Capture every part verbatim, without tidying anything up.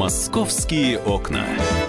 «Московские окна».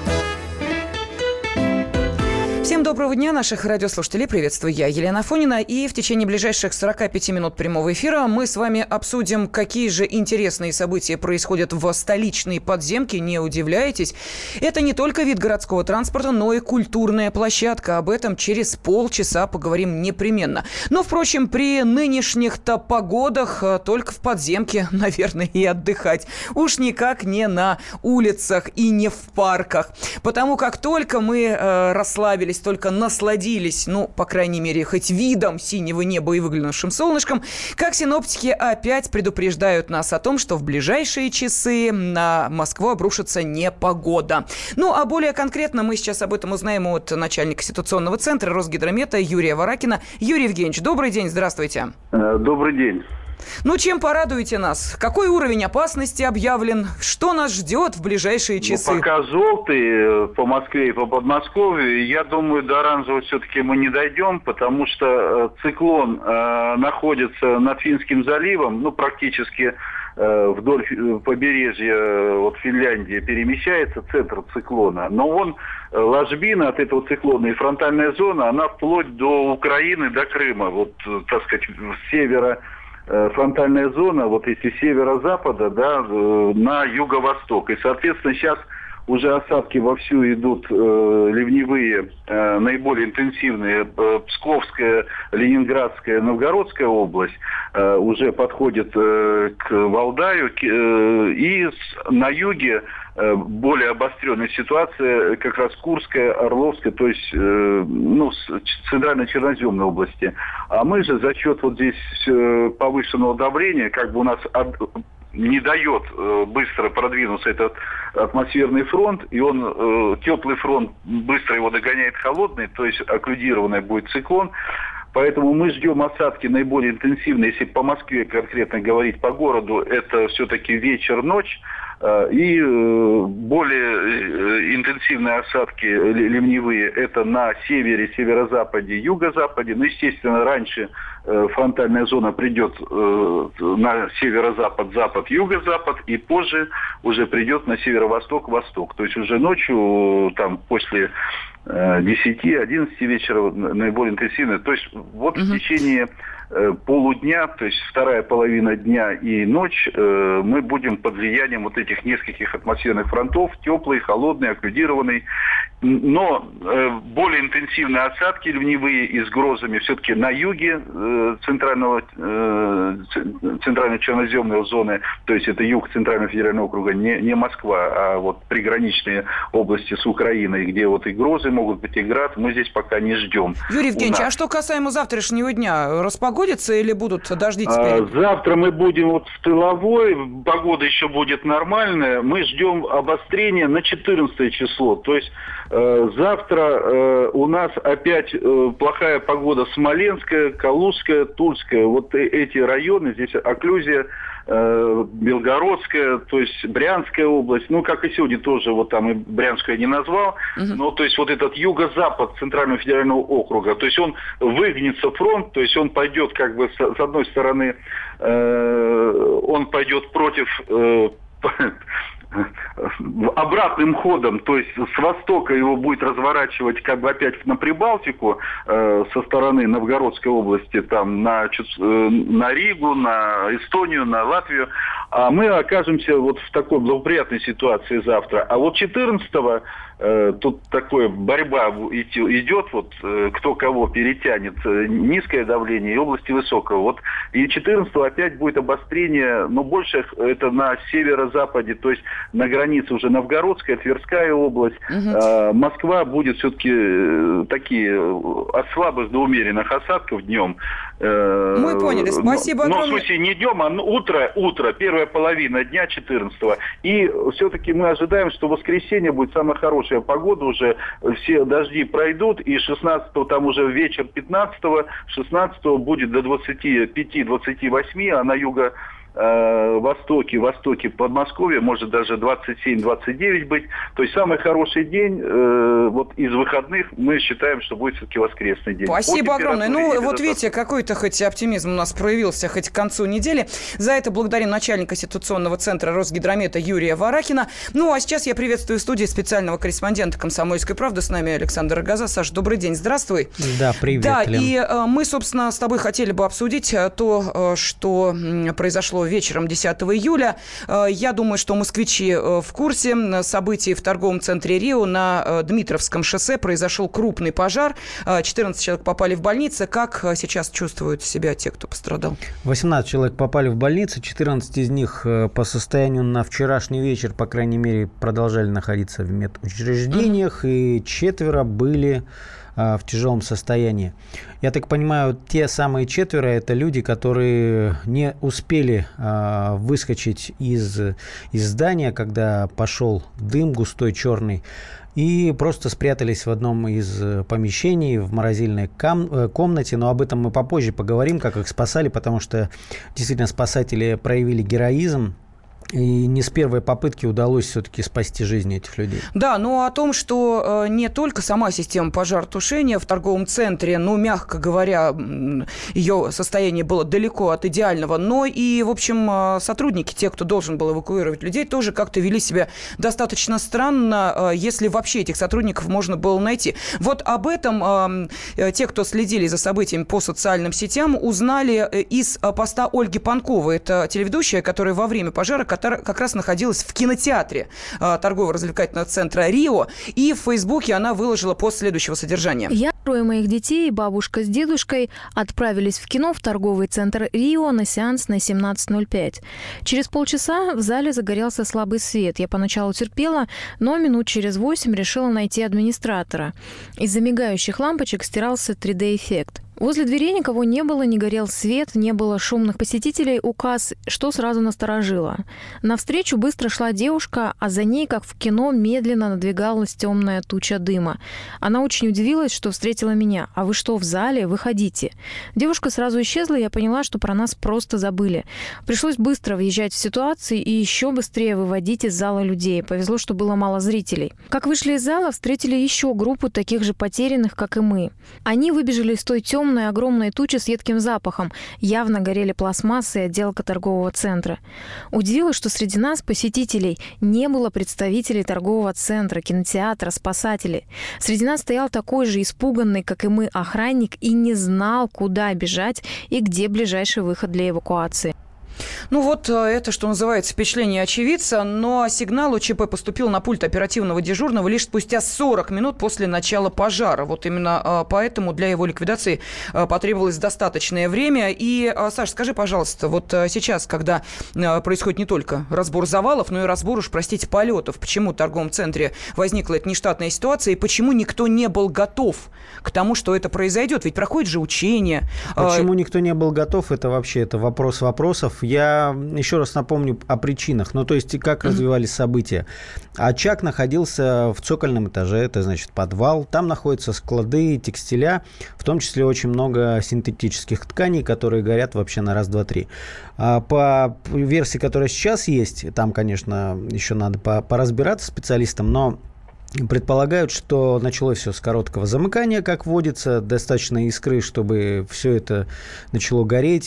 Всем доброго дня, наших радиослушателей. Приветствую я, Елена Афонина. И в течение ближайших сорока пяти минут прямого эфира мы с вами обсудим, какие же интересные события происходят в столичной подземке. Не удивляйтесь. Это не только вид городского транспорта, но и культурная площадка. Об этом через полчаса поговорим непременно. Но, впрочем, при нынешних-то погодах только в подземке, наверное, и отдыхать. Уж никак не на улицах и не в парках. Потому как только мы э, расслабились, только насладились, ну, по крайней мере, хоть видом синего неба и выглянувшим солнышком, как синоптики опять предупреждают нас о том, что в ближайшие часы на Москву обрушится непогода. Ну, а более конкретно мы сейчас об этом узнаем от начальника ситуационного центра Росгидромета Юрия Варакина. Юрий Евгеньевич, добрый день, здравствуйте. Добрый день. Ну, чем порадуете нас? Какой уровень опасности объявлен? Что нас ждет в ближайшие часы? Ну, пока желтый по Москве и по Подмосковью. Я думаю, до оранжевого все-таки мы не дойдем, потому что циклон э, находится над Финским заливом, ну, практически э, вдоль побережья вот, Финляндии перемещается центр циклона. Но он, ложбина от этого циклона и фронтальная зона, она вплоть до Украины, до Крыма. Вот, так сказать, с севера фронтальная зона, вот если с северо-запада, да, на юго-восток. И, соответственно, сейчас уже осадки вовсю идут э, ливневые, э, наиболее интенсивные. Э, Псковская, Ленинградская, Новгородская область э, уже подходит э, к Валдаю. К, э, и с, на юге э, более обостренная ситуация как раз Курская, Орловская, то есть э, ну, центрально-черноземной области. А мы же за счет вот здесь э, повышенного давления, как бы у нас от, не дает э, быстро продвинуться этот атмосферный фронт, и он, э, теплый фронт быстро его догоняет холодный, то есть окклюдированный будет циклон. Поэтому мы ждем осадки наиболее интенсивные, если по Москве конкретно говорить, по городу, это все-таки вечер-ночь. И более интенсивные осадки ливневые это на севере, северо-западе, юго-западе. Ну, естественно, раньше фронтальная зона придет на северо-запад, запад, юго-запад, и позже уже придет на северо-восток, восток. То есть уже ночью, там, после десяти-одиннадцати вечера наиболее интенсивно. То есть вот в течение полудня, то есть вторая половина дня и ночь, э, мы будем под влиянием вот этих нескольких атмосферных фронтов, теплый, холодный, окклюдированный. Но э, более интенсивные осадки ливневые и с грозами все-таки на юге э, центрального, э, центрально-черноземной зоны, то есть это юг Центрального федерального округа, не, не Москва, а вот приграничные области с Украиной, где вот и грозы могут быть, и град, мы здесь пока не ждем. Юрий Евгеньевич, а что касаемо завтрашнего дня, распогодится или будут дожди теперь? А, завтра мы будем вот в тыловой, погода еще будет нормальная, мы ждем обострения на четырнадцатое число, то есть э, завтра э, у нас опять э, плохая погода Смоленская, Калужская, Тульская, вот э, эти районы, здесь окклюзия, э, Белгородская, то есть Брянская область, ну как и сегодня тоже, вот там и Брянскую я не назвал, uh-huh. но то есть вот этот юго-запад Центрального федерального округа, то есть он выгнется фронт, то есть он пойдет как бы с, с одной стороны, э, он пойдет против э, обратным ходом, то есть с востока его будет разворачивать как бы опять на Прибалтику э, со стороны Новгородской области, там на, э, на Ригу, на Эстонию, на Латвию, а мы окажемся вот в такой благоприятной ситуации завтра. А вот четырнадцатого э, тут такая борьба идет, вот э, кто кого перетянет, э, низкое давление и области высокого. Вот и четырнадцатого опять будет обострение, но больше это на северо-западе, то есть на границе уже Новгородская, Тверская область. Угу. А, Москва будет все-таки такие от слабых до умеренных осадков днем. Мы поняли, спасибо но, огромное. Но в смысле не днем, а утро, утро, первая половина дня четырнадцатого. И все-таки мы ожидаем, что в воскресенье будет самая хорошая погода, уже все дожди пройдут, и шестнадцатого там уже вечер пятнадцатого, шестнадцатого будет до двадцати пяти - двадцати восьми, а на юго э, востоке, востоке Подмосковья, может даже двадцать семь - двадцать девять быть. То есть самый хороший день э, вот из выходных мы считаем, что будет все-таки воскресный день. Спасибо огромное. Ну, вот видите, какой-то хоть оптимизм у нас проявился хоть к концу недели. За это благодарим начальника ситуационного центра Росгидромета Юрия Варакина. Ну, а сейчас я приветствую в студии специального корреспондента «Комсомольской правды». С нами Александр Рогоза. Саш, добрый день, здравствуй. Да, привет, Да, Лен. и э, мы, собственно, с тобой хотели бы обсудить то, э, что э, произошло вечером десятого июля. Э, я думаю, что москвичи э, в курсе событий в торговом центре «Рио». На э, Дмитровском шоссе произошел крупный пожар. Э, четырнадцать человек попали в больницу. Как э, сейчас чувствуют себя те, кто пострадал? восемнадцать человек попали в больницу, четырнадцать из них э, по состоянию на вчерашний вечер, по крайней мере, продолжали находиться в медучреждениях, mm-hmm. и четверо были в тяжелом состоянии. Я так понимаю, те самые четверо – это люди, которые не успели э, выскочить из, из здания, когда пошел дым густой черный, и просто спрятались в одном из помещений в морозильной кам- комнате. Но об этом мы попозже поговорим, как их спасали, потому что действительно спасатели проявили героизм. И не с первой попытки удалось все-таки спасти жизни этих людей. Да, но о том, что э, не только сама система пожаротушения в торговом центре, ну, мягко говоря, ее состояние было далеко от идеального, но и, в общем, э, сотрудники, те, кто должен был эвакуировать людей, тоже как-то вели себя достаточно странно, э, если вообще этих сотрудников можно было найти. Вот об этом э, те, кто следили за событиями по социальным сетям, узнали из поста Ольги Панковой. Это телеведущая, которая во время пожара как раз находилась в кинотеатре э, торгово-развлекательного центра «Рио», и в Фейсбуке она выложила пост следующего содержания. Я, трое моих детей, бабушка с дедушкой отправились в кино в торговый центр «Рио» на сеанс на семнадцать ноль пять. Через полчаса в зале загорелся слабый свет. Я поначалу терпела, но минут через восемь решила найти администратора. Из-за мигающих лампочек стирался три дэ-эффект. Возле дверей никого не было, не горел свет, не было шумных посетителей у касс, что сразу насторожило. Навстречу быстро шла девушка, а за ней, как в кино, медленно надвигалась темная туча дыма. Она очень удивилась, что встретила меня. «А вы что, в зале? Выходите». Девушка сразу исчезла, и я поняла, что про нас просто забыли. Пришлось быстро въезжать в ситуацию и еще быстрее выводить из зала людей. Повезло, что было мало зрителей. Как вышли из зала, встретили еще группу таких же потерянных, как и мы. Они выбежали из той темной Темная огромная туча с едким запахом. Явно горели пластмассы и отделка торгового центра. Удивило, что среди нас, посетителей, не было представителей торгового центра, кинотеатра, спасателей. Среди нас стоял такой же испуганный, как и мы, охранник и не знал, куда бежать и где ближайший выход для эвакуации. Ну вот это, что называется, впечатление очевидца, но сигнал о ЧП поступил на пульт оперативного дежурного лишь спустя сорок минут после начала пожара. Вот именно поэтому для его ликвидации потребовалось достаточное время. И, Саш, скажи, пожалуйста, вот сейчас, когда происходит не только разбор завалов, но и разбор, уж простите, полетов, почему в торговом центре возникла эта нештатная ситуация и почему никто не был готов к тому, что это произойдет? Ведь проходит же учение. Почему никто не был готов, это вообще это вопрос вопросов. Я еще раз напомню о причинах, ну, то есть, как развивались события. Очаг находился в цокольном этаже, это, значит, подвал. Там находятся склады, текстиля, в том числе очень много синтетических тканей, которые горят вообще на раз, два, три. По версии, которая сейчас есть, там, конечно, еще надо поразбираться специалистам, но предполагают, что началось все с короткого замыкания, как водится, достаточно искры, чтобы все это начало гореть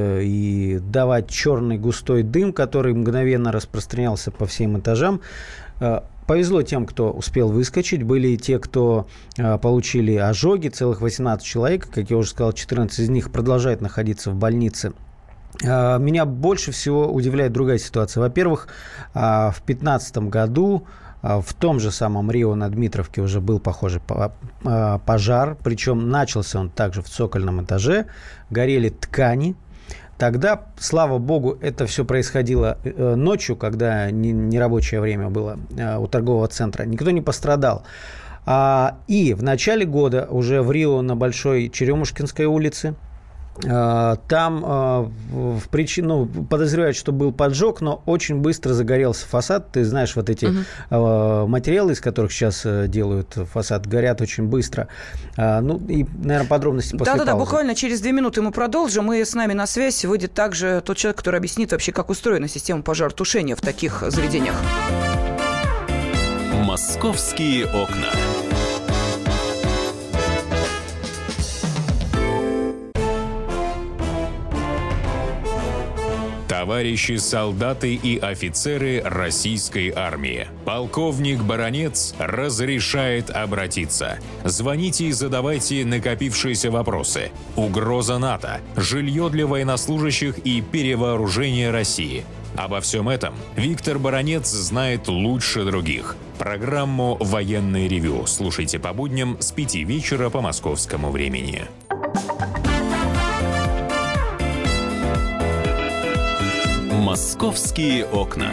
и давать черный густой дым, который мгновенно распространялся по всем этажам. Повезло тем, кто успел выскочить. Были те, кто получили ожоги, целых восемнадцать человек. Как я уже сказал, четырнадцать из них продолжают находиться в больнице. Меня больше всего удивляет другая ситуация. Во-первых, в две тысячи пятнадцатом году в том же самом Рио на Дмитровке уже был похожий пожар, причем начался он также в цокольном этаже, горели ткани. Тогда, слава богу, это все происходило ночью, когда нерабочее время было у торгового центра, никто не пострадал. И в начале года уже в Рио на Большой Черемушкинской улице Там в причину подозревают, что был поджог, но очень быстро загорелся фасад. Ты знаешь, вот эти uh-huh. материалы, из которых сейчас делают фасад, горят очень быстро. Ну и, наверное, подробности после Да-да-да, паузы. буквально через две минуты мы продолжим. И с нами на связь выйдет также тот человек, который объяснит вообще, как устроена система пожаротушения в таких заведениях. «Московские окна». Товарищи солдаты и офицеры российской армии. Полковник Баранец разрешает обратиться. Звоните и задавайте накопившиеся вопросы. Угроза НАТО, жилье для военнослужащих и перевооружение России. Обо всем этом Виктор Баранец знает лучше других. Программу «Военное ревю» слушайте по будням с пяти вечера по московскому времени. «Московские окна».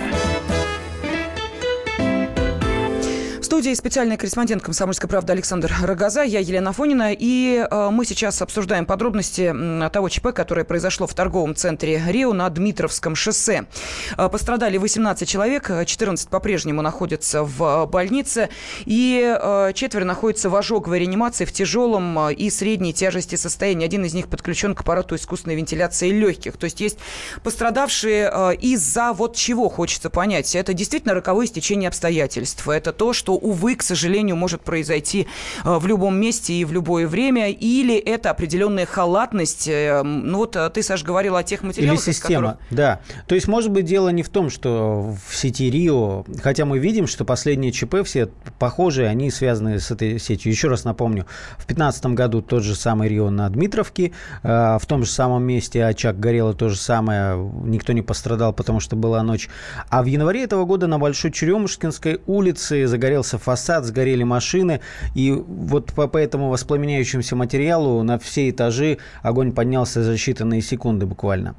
В студии специальный корреспондент «Комсомольской правды» Александр Рогоза, я Елена Афонина, и э, мы сейчас обсуждаем подробности э, того ЧП, которое произошло в торговом центре Рио на Дмитровском шоссе. Э, пострадали восемнадцать человек, четырнадцать по-прежнему находятся в больнице, и э, четверо находятся в ожоговой реанимации в тяжелом и средней тяжести состоянии. Один из них подключен к аппарату искусственной вентиляции легких. То есть есть пострадавшие э, из-за вот чего, хочется понять. Это действительно роковое стечение обстоятельств. Это то, что увы, к сожалению, может произойти в любом месте и в любое время, или это определенная халатность. Ну вот ты, Саш, говорил о тех материалах, или система, которых... да. То есть, может быть, дело не в том, что в сети Рио, хотя мы видим, что последние ЧП все похожие, они связаны с этой сетью. Еще раз напомню, в две тысячи пятнадцатом году тот же самый Рио на Дмитровке, в том же самом месте очаг горело то же самое, никто не пострадал, потому что была ночь. А в январе этого года на Большой Черемушкинской улице загорелся фасад, сгорели машины, и вот по, по этому воспламеняющемуся материалу на все этажи огонь поднялся за считанные секунды буквально.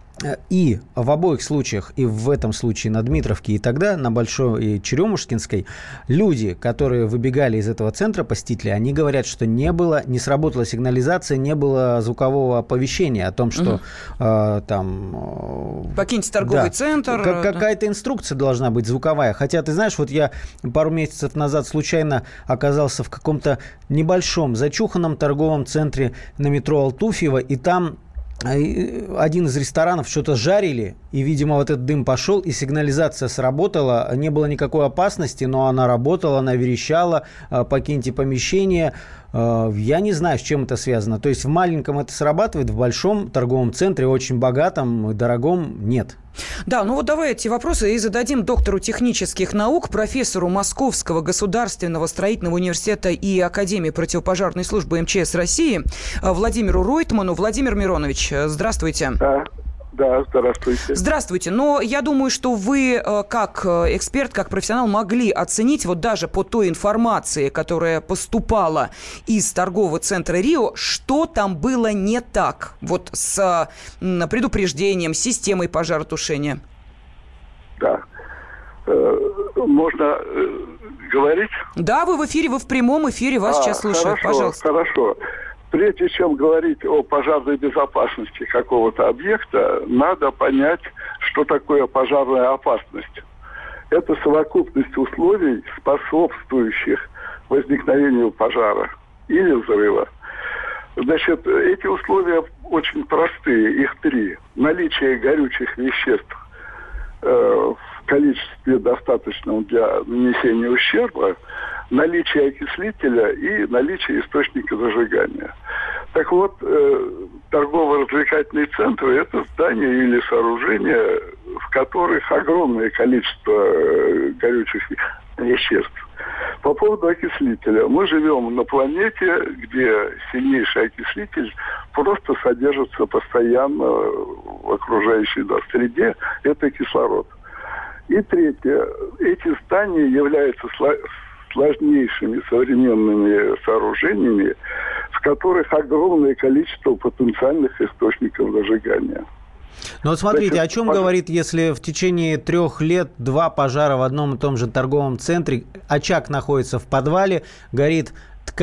И в обоих случаях, и в этом случае на Дмитровке, и тогда на Большой Черемушкинской, люди, которые выбегали из этого центра, посетители, они говорят, что не было, не сработала сигнализация, не было звукового оповещения о том, что угу. э, там... Э, Покиньте торговый да, центр. Как, какая-то инструкция должна быть звуковая. Хотя, ты знаешь, вот я пару месяцев назад случайно оказался в каком-то небольшом зачуханном торговом центре на метро Алтуфьево, и там один из ресторанов что-то жарили, и, видимо, вот этот дым пошел, и сигнализация сработала. Не было никакой опасности, но она работала, она верещала: покиньте помещение. Я не знаю, с чем это связано. То есть в маленьком это срабатывает, в большом торговом центре, очень богатом и дорогом, нет. Да, ну вот давай эти вопросы и зададим доктору технических наук, профессору Московского государственного строительного университета и Академии противопожарной службы эм че эс России Владимиру Ройтману. Владимир Миронович, здравствуйте. Да. Да, здравствуйте. Здравствуйте. Но я думаю, что вы, как эксперт, как профессионал, могли оценить вот даже по той информации, которая поступала из торгового центра Рио, что там было не так вот с предупреждением, системой пожаротушения. Да. Можно говорить? Да, вы в эфире, вы в прямом эфире, вас а, сейчас слушают. Хорошо, пожалуйста. Хорошо. Прежде чем говорить о пожарной безопасности какого-то объекта, надо понять, что такое пожарная опасность. Это совокупность условий, способствующих возникновению пожара или взрыва. Значит, эти условия очень простые, их три. Наличие горючих веществ э, в количестве достаточном для нанесения ущерба, наличие окислителя и наличие источника зажигания. Так вот, э, торгово-развлекательные центры – это здания или сооружения, в которых огромное количество э, горючих веществ. По поводу окислителя. Мы живем на планете, где сильнейший окислитель просто содержится постоянно в окружающей да, среде. Это кислород. И третье. Эти здания являются сложнейшими современными сооружениями, в которых огромное количество потенциальных источников зажигания. Ну вот смотрите, Значит, о чем пож... говорит, если в течение трех лет два пожара в одном и том же торговом центре, очаг находится в подвале, горит ткань,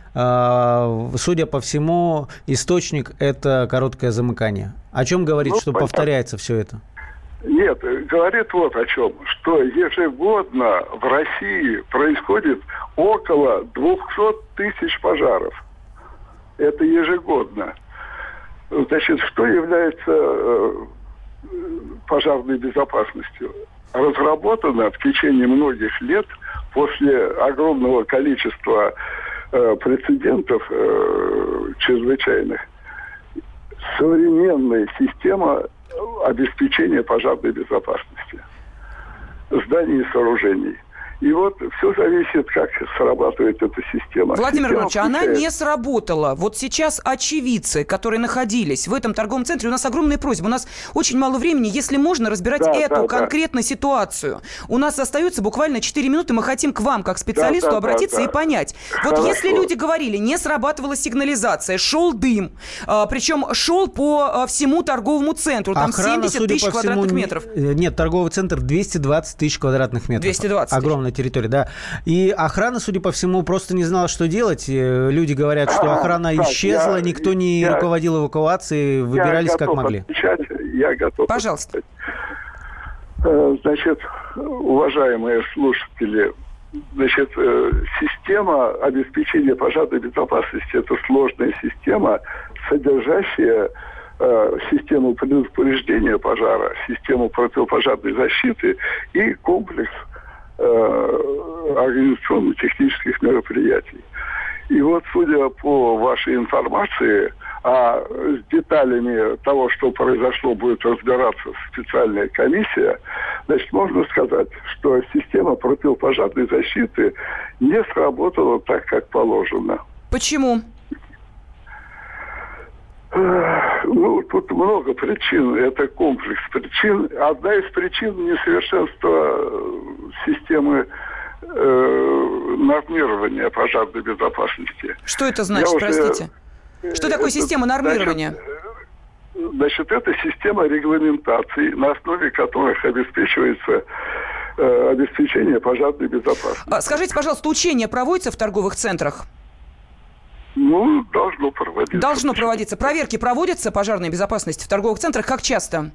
судя по всему, источник – это короткое замыкание. О чем говорит, ну, что понятно. Повторяется все это? Нет, говорит вот о чем, что ежегодно в России происходит около двести тысяч пожаров. Это ежегодно. Значит, что является пожарной безопасностью? Разработано в течение многих лет после огромного количества э, прецедентов э, чрезвычайных современная система обеспечения пожарной безопасности зданий и сооружений. И вот все зависит, как срабатывает эта система. Владимир система Иванович, включает... она не сработала. Вот сейчас очевидцы, которые находились в этом торговом центре, у нас огромная просьба. У нас очень мало времени. Если можно, разбирать да, эту да, конкретно да. ситуацию. У нас остается буквально четыре минуты. Мы хотим к вам, как специалисту, да, да, обратиться да, да. и понять. Вот Хорошо. Если люди говорили, не срабатывала сигнализация, шел дым, а, причем шел по а, всему торговому центру, там Охрана, семьдесят тысяч квадратных всему, метров. Нет, торговый центр двести двадцать тысяч квадратных метров. двести двадцать Огромный территории, да. И охрана, судя по всему, просто не знала, что делать. Люди говорят, что охрана а, исчезла, я, никто не я, руководил эвакуацией, выбирались как могли. Отвечать, я готов. Пожалуйста. Отвечать. Значит, уважаемые слушатели, значит, система обеспечения пожарной безопасности – это сложная система, содержащая систему предупреждения пожара, систему противопожарной защиты и комплекс организационно-технических мероприятий. И вот, судя по вашей информации, а с деталями того, что произошло, будет разбираться специальная комиссия, значит, можно сказать, что система противопожарной защиты не сработала так, как положено. Почему? Ну, тут много причин. Это комплекс причин. Одна из причин – несовершенства системы э, нормирования пожарной безопасности. Что это значит, Я простите? Уже... Что такое это, система нормирования? Значит, значит, это система регламентаций, на основе которых обеспечивается э, обеспечение пожарной безопасности. Скажите, пожалуйста, учения проводятся в торговых центрах? Ну, должно проводиться. Должно проводиться. Проверки проводятся пожарной безопасности в торговых центрах? Как часто?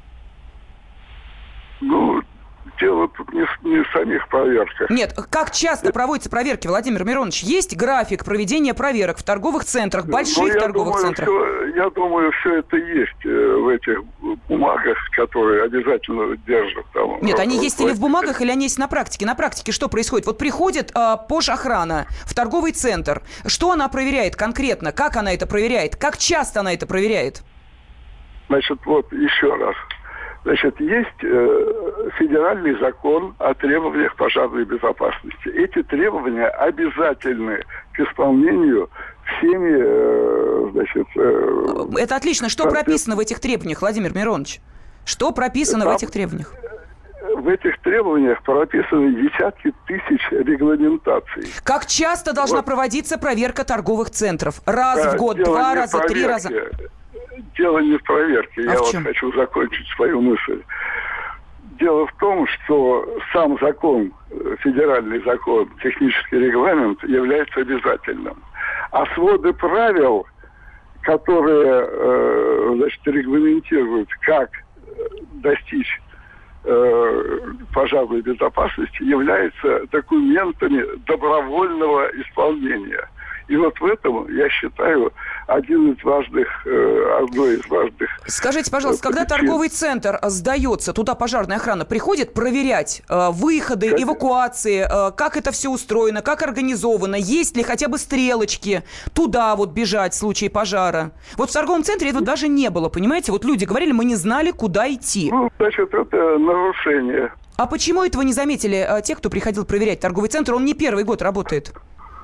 Ну, дело тут не, не в самих проверках. Нет, как часто проводятся проверки, Владимир Миронович? Есть график проведения проверок в торговых центрах, больших ну, торговых думаю, центрах? Все, я думаю, все это есть в этих бумагах, которые обязательно держат там. Нет, они есть или в бумагах, или они есть на практике. На практике что происходит? Вот приходит э, пожохрана в торговый центр. Что она проверяет конкретно? Как она это проверяет? Как часто она это проверяет? Значит, вот еще раз. Значит, есть э, федеральный закон о требованиях пожарной безопасности. Эти требования обязательны к исполнению всеми, э, значит... Э, Это отлично. Что э, прописано в этих требованиях, Владимир Миронович? Что прописано там, в этих требованиях? В этих требованиях прописаны десятки тысяч регламентаций. Как часто должна вот. проводиться проверка торговых центров? Раз да, в год, два раза, проверки. три раза? Дело не в проверке. А Я в вот чем? хочу закончить свою мысль. Дело в том, что сам закон, федеральный закон, технический регламент является обязательным. А своды правил, которые э, значит, регламентируют, как достичь э, пожарной безопасности, являются документами добровольного исполнения. И вот в этом, я считаю, один из важных, одно из важных... Скажите, пожалуйста, когда торговый центр сдается, туда пожарная охрана приходит проверять э, выходы, как... эвакуации, э, как это все устроено, как организовано, есть ли хотя бы стрелочки туда вот бежать в случае пожара? Вот в торговом центре этого даже не было, понимаете? Вот люди говорили, мы не знали, куда идти. Ну, значит, это нарушение. А почему этого не заметили э, те, кто приходил проверять торговый центр? Он не первый год работает.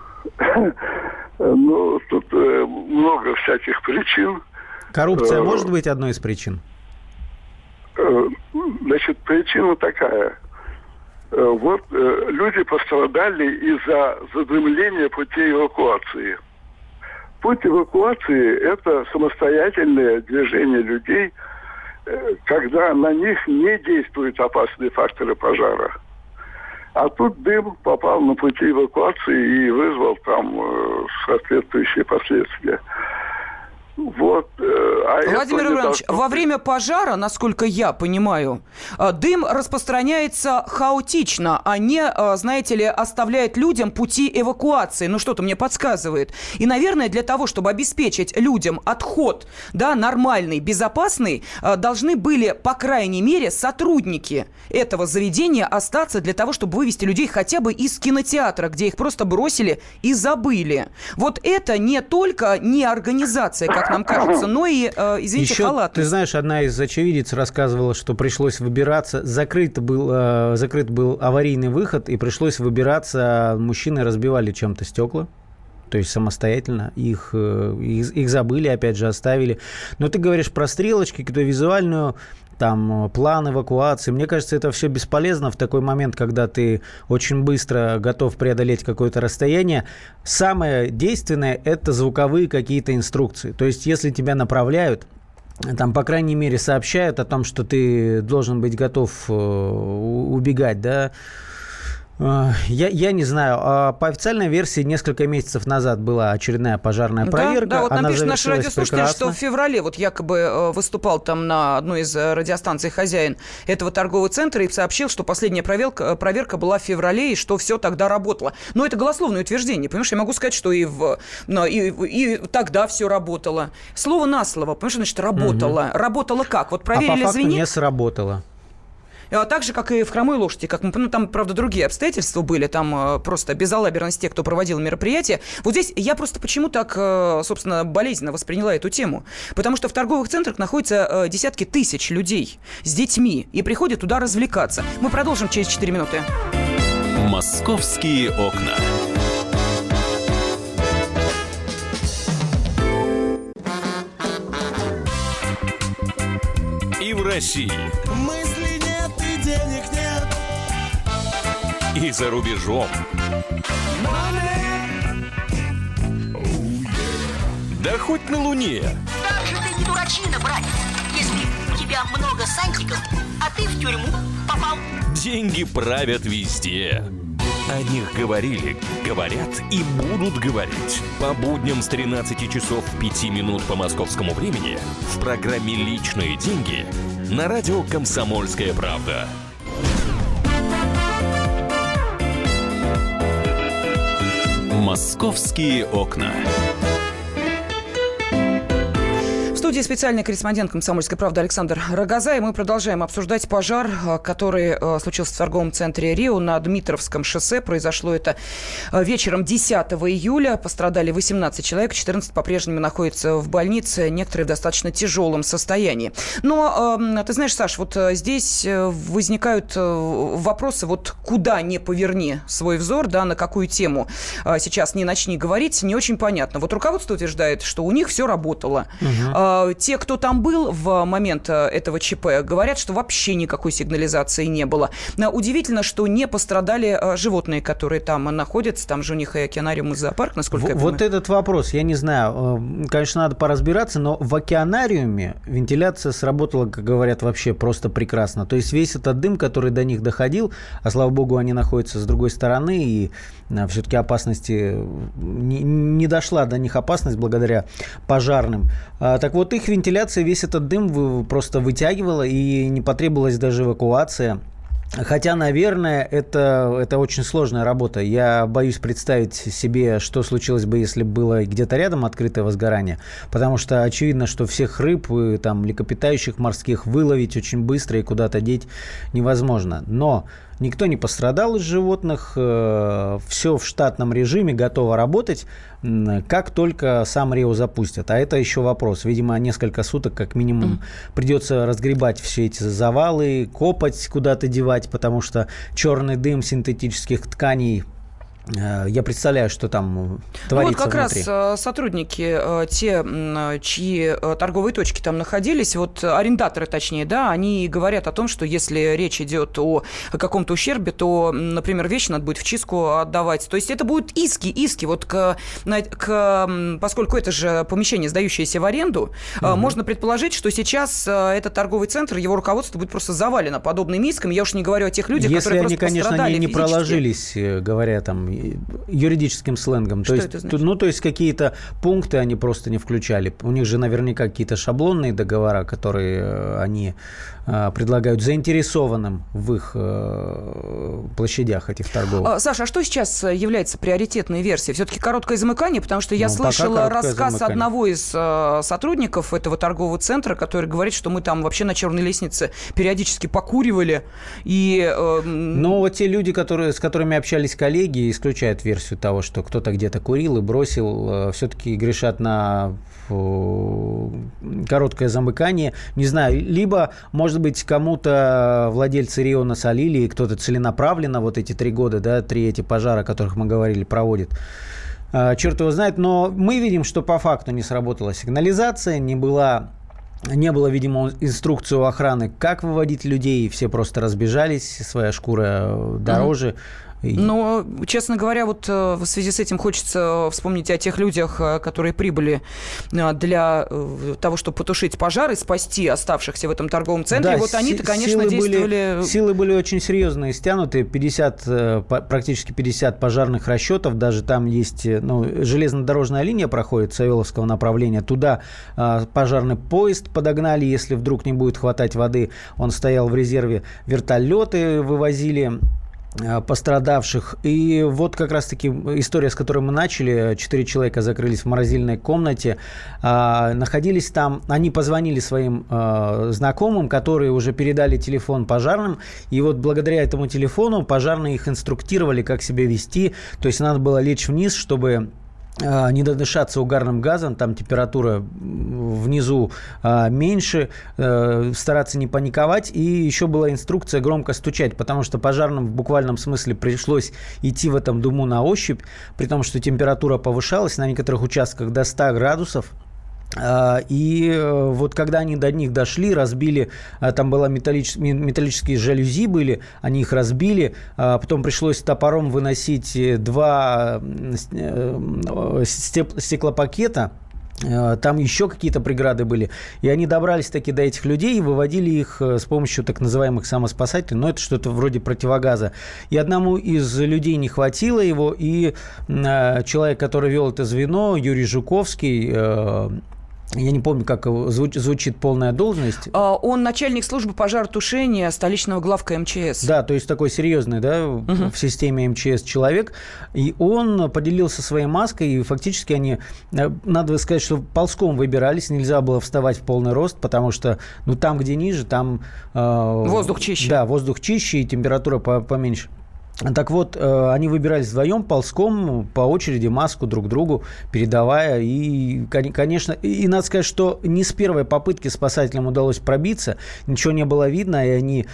Ну, тут э, много всяких причин. Коррупция э, может быть одной из причин? Э, значит, причина такая. Э, вот э, люди пострадали из-за задымления путей эвакуации. Путь эвакуации – это самостоятельное движение людей, э, когда на них не действуют опасные факторы пожара. А тут дым попал на пути эвакуации и вызвал там э, соответствующие последствия. Вот, э, а Владимир Иванович, должно... во время пожара, насколько я понимаю, дым распространяется хаотично, а не, знаете ли, оставляет людям пути эвакуации. Ну, что-то мне подсказывает. И, наверное, для того, чтобы обеспечить людям отход, да, нормальный, безопасный, должны были, по крайней мере, сотрудники этого заведения остаться для того, чтобы вывести людей хотя бы из кинотеатра, где их просто бросили и забыли. Вот это не только не организация, как нам кажется, но и, э, извините, Еще, халатность. Ты знаешь, одна из очевидец рассказывала, что пришлось выбираться, закрыт был, э, закрыт был аварийный выход, и пришлось выбираться, мужчины разбивали чем-то стекла, то есть самостоятельно, их, их, их забыли, опять же, оставили. Но ты говоришь про стрелочки, какую-то визуальную, там, план эвакуации. Мне кажется, это все бесполезно в такой момент, когда ты очень быстро готов преодолеть какое-то расстояние. Самое действенное – это звуковые какие-то инструкции. То есть, если тебя направляют, там, по крайней мере, сообщают о том, что ты должен быть готов убегать, да. Я, я не знаю. По официальной версии несколько месяцев назад была очередная пожарная проверка. Да, да, вот нам Она пишет наш радиослушатель, прекрасно. что в феврале вот якобы выступал там на одной из радиостанций хозяин этого торгового центра и сообщил, что последняя проверка, проверка была в феврале и что все тогда работало. Но это голословное утверждение, понимаешь? Я могу сказать, что и, в, и, и тогда все работало. Слово на слово, понимаешь, значит, работало. Угу. Работало как? Вот проверили а по факту звенит. не сработало. Так же, как и в «Хромой лошади», как мы, ну, там, правда, другие обстоятельства были, там э, просто безалаберность тех, кто проводил мероприятие. Вот здесь я просто почему так, э, собственно, болезненно восприняла эту тему. Потому что в торговых центрах находятся э, десятки тысяч людей с детьми и приходят туда развлекаться. Мы продолжим через четыре минуты. «Московские окна». И в России. Мысли нет и денег нет. И за рубежом. Да хоть на Луне. Как же ты не дурачина, братец, если у тебя много сантиков, а ты в тюрьму попал. Деньги правят везде. О них говорили, говорят и будут говорить. По будням с тринадцати часов пяти минут по московскому времени в программе «Личные деньги» на радио «Комсомольская правда». «Московские окна». В студии специальный корреспондент «Комсомольской правды» Александр Рогоза, и мы продолжаем обсуждать пожар, который случился в торговом центре «Рио» на Дмитровском шоссе. Произошло это вечером десятого июля. Пострадали восемнадцать человек, четырнадцать по-прежнему находятся в больнице, некоторые в достаточно тяжелом состоянии. Но, ты знаешь, Саш, вот здесь возникают вопросы, вот куда не поверни свой взор, да, на какую тему сейчас не начни говорить, не очень понятно. Вот руководство утверждает, что у них все работало. Угу. Те, кто там был в момент этого ЧП, говорят, что вообще никакой сигнализации не было. Удивительно, что не пострадали животные, которые там находятся. Там же у них и океанариум, и зоопарк, насколько в, я понимаю. Вот этот вопрос, я не знаю. Конечно, надо поразбираться, но в океанариуме вентиляция сработала, как говорят, вообще просто прекрасно. То есть весь этот дым, который до них доходил, а слава богу, они находятся с другой стороны, и все-таки опасности не, не дошла до них опасность благодаря пожарным. Так вот, их вентиляция, весь этот дым просто вытягивала, и не потребовалась даже эвакуация. Хотя, наверное, это, это очень сложная работа. Я боюсь представить себе, что случилось бы, если было где-то рядом открытое возгорание. Потому что очевидно, что всех рыб, там, млекопитающих морских выловить очень быстро и куда-то деть невозможно. Но никто не пострадал из животных. Все в штатном режиме, готово работать, как только сам Рио запустят. А это еще вопрос. Видимо, несколько суток как минимум mm. придется разгребать все эти завалы, копать, куда-то девать, потому что черный дым синтетических тканей Я представляю, что там творится ну, вот как внутри. раз сотрудники, те, чьи торговые точки там находились, вот арендаторы, точнее, да, они говорят о том, что если речь идет о каком-то ущербе, то, например, вещи надо будет в чистку отдавать. То есть это будут иски, иски. Вот к, к, поскольку это же помещение, сдающееся в аренду, угу. можно предположить, что сейчас этот торговый центр, его руководство будет просто завалено подобными исками. Я уж не говорю о тех людях, если которые они, просто пострадали конечно, не, не физически. проложились, говоря там юридическим сленгом. Что то это есть, значит? Ну, то есть какие-то пункты они просто не включали. У них же наверняка какие-то шаблонные договора, которые они предлагают заинтересованным в их площадях этих торговых. Саша, а что сейчас является приоритетной версией? Все-таки короткое замыкание, потому что я ну, слышала рассказ замыкание. одного из сотрудников этого торгового центра, который говорит, что мы там вообще на черной лестнице периодически покуривали. И, Но вот те люди, которые, с которыми общались коллеги, исключают версию того, что кто-то где-то курил и бросил, все-таки грешат на короткое замыкание. Не знаю, либо, может быть, кому-то владельцы Рио насолили, и кто-то целенаправленно вот эти три года, да, три эти пожара, о которых мы говорили, проводит. Черт его знает, но мы видим, что по факту не сработала сигнализация, не была... Не было, видимо, инструкции у охраны, как выводить людей, все просто разбежались, своя шкура дороже. Но, честно говоря, вот в связи с этим хочется вспомнить о тех людях, которые прибыли для того, чтобы потушить пожар и спасти оставшихся в этом торговом центре. Да, вот они-то, конечно, силы действовали... Были, силы были очень серьезные, стянутые. пятьдесят, практически пятьдесят пожарных расчетов. Даже там есть, ну, железнодорожная линия проходит Савеловского направления. Туда пожарный поезд подогнали, если вдруг не будет хватать воды. Он стоял в резерве. Вертолеты вывозили пострадавших. И вот как раз-таки история, с которой мы начали. Четыре человека закрылись в морозильной комнате. А, находились там. Они позвонили своим а, знакомым, которые уже передали телефон пожарным. И вот благодаря этому телефону пожарные их инструктировали, как себя вести. То есть надо было лечь вниз, чтобы... не додышаться угарным газом, там температура внизу а, меньше, а, стараться не паниковать. И еще была инструкция громко стучать, потому что пожарным в буквальном смысле пришлось идти в этом дыму на ощупь, при том, что температура повышалась на некоторых участках до ста градусов. И вот когда они до них дошли, разбили, там было металлич... металлические жалюзи были, они их разбили, потом пришлось топором выносить два стеклопакета. Там еще какие-то преграды были. И они добрались таки до этих людей и выводили их с помощью так называемых самоспасателей. Но это что-то вроде противогаза. И одному из людей не хватило его. И человек, который вел это звено, Юрий Жуковский... Я не помню, как звуч, звучит полная должность. Он начальник службы пожаротушения столичного главка эм че эс. Да, то есть такой серьезный, да, угу. в системе эм че эс человек. И он поделился своей маской, и фактически они, надо сказать, что ползком выбирались, нельзя было вставать в полный рост, потому что, ну, там, где ниже, там... Э, воздух чище. Да, воздух чище, и температура поменьше. Так вот, они выбирались вдвоем, ползком, по очереди маску друг другу передавая. И, конечно, и надо сказать, что не с первой попытки спасателям удалось пробиться. Ничего не было видно, и они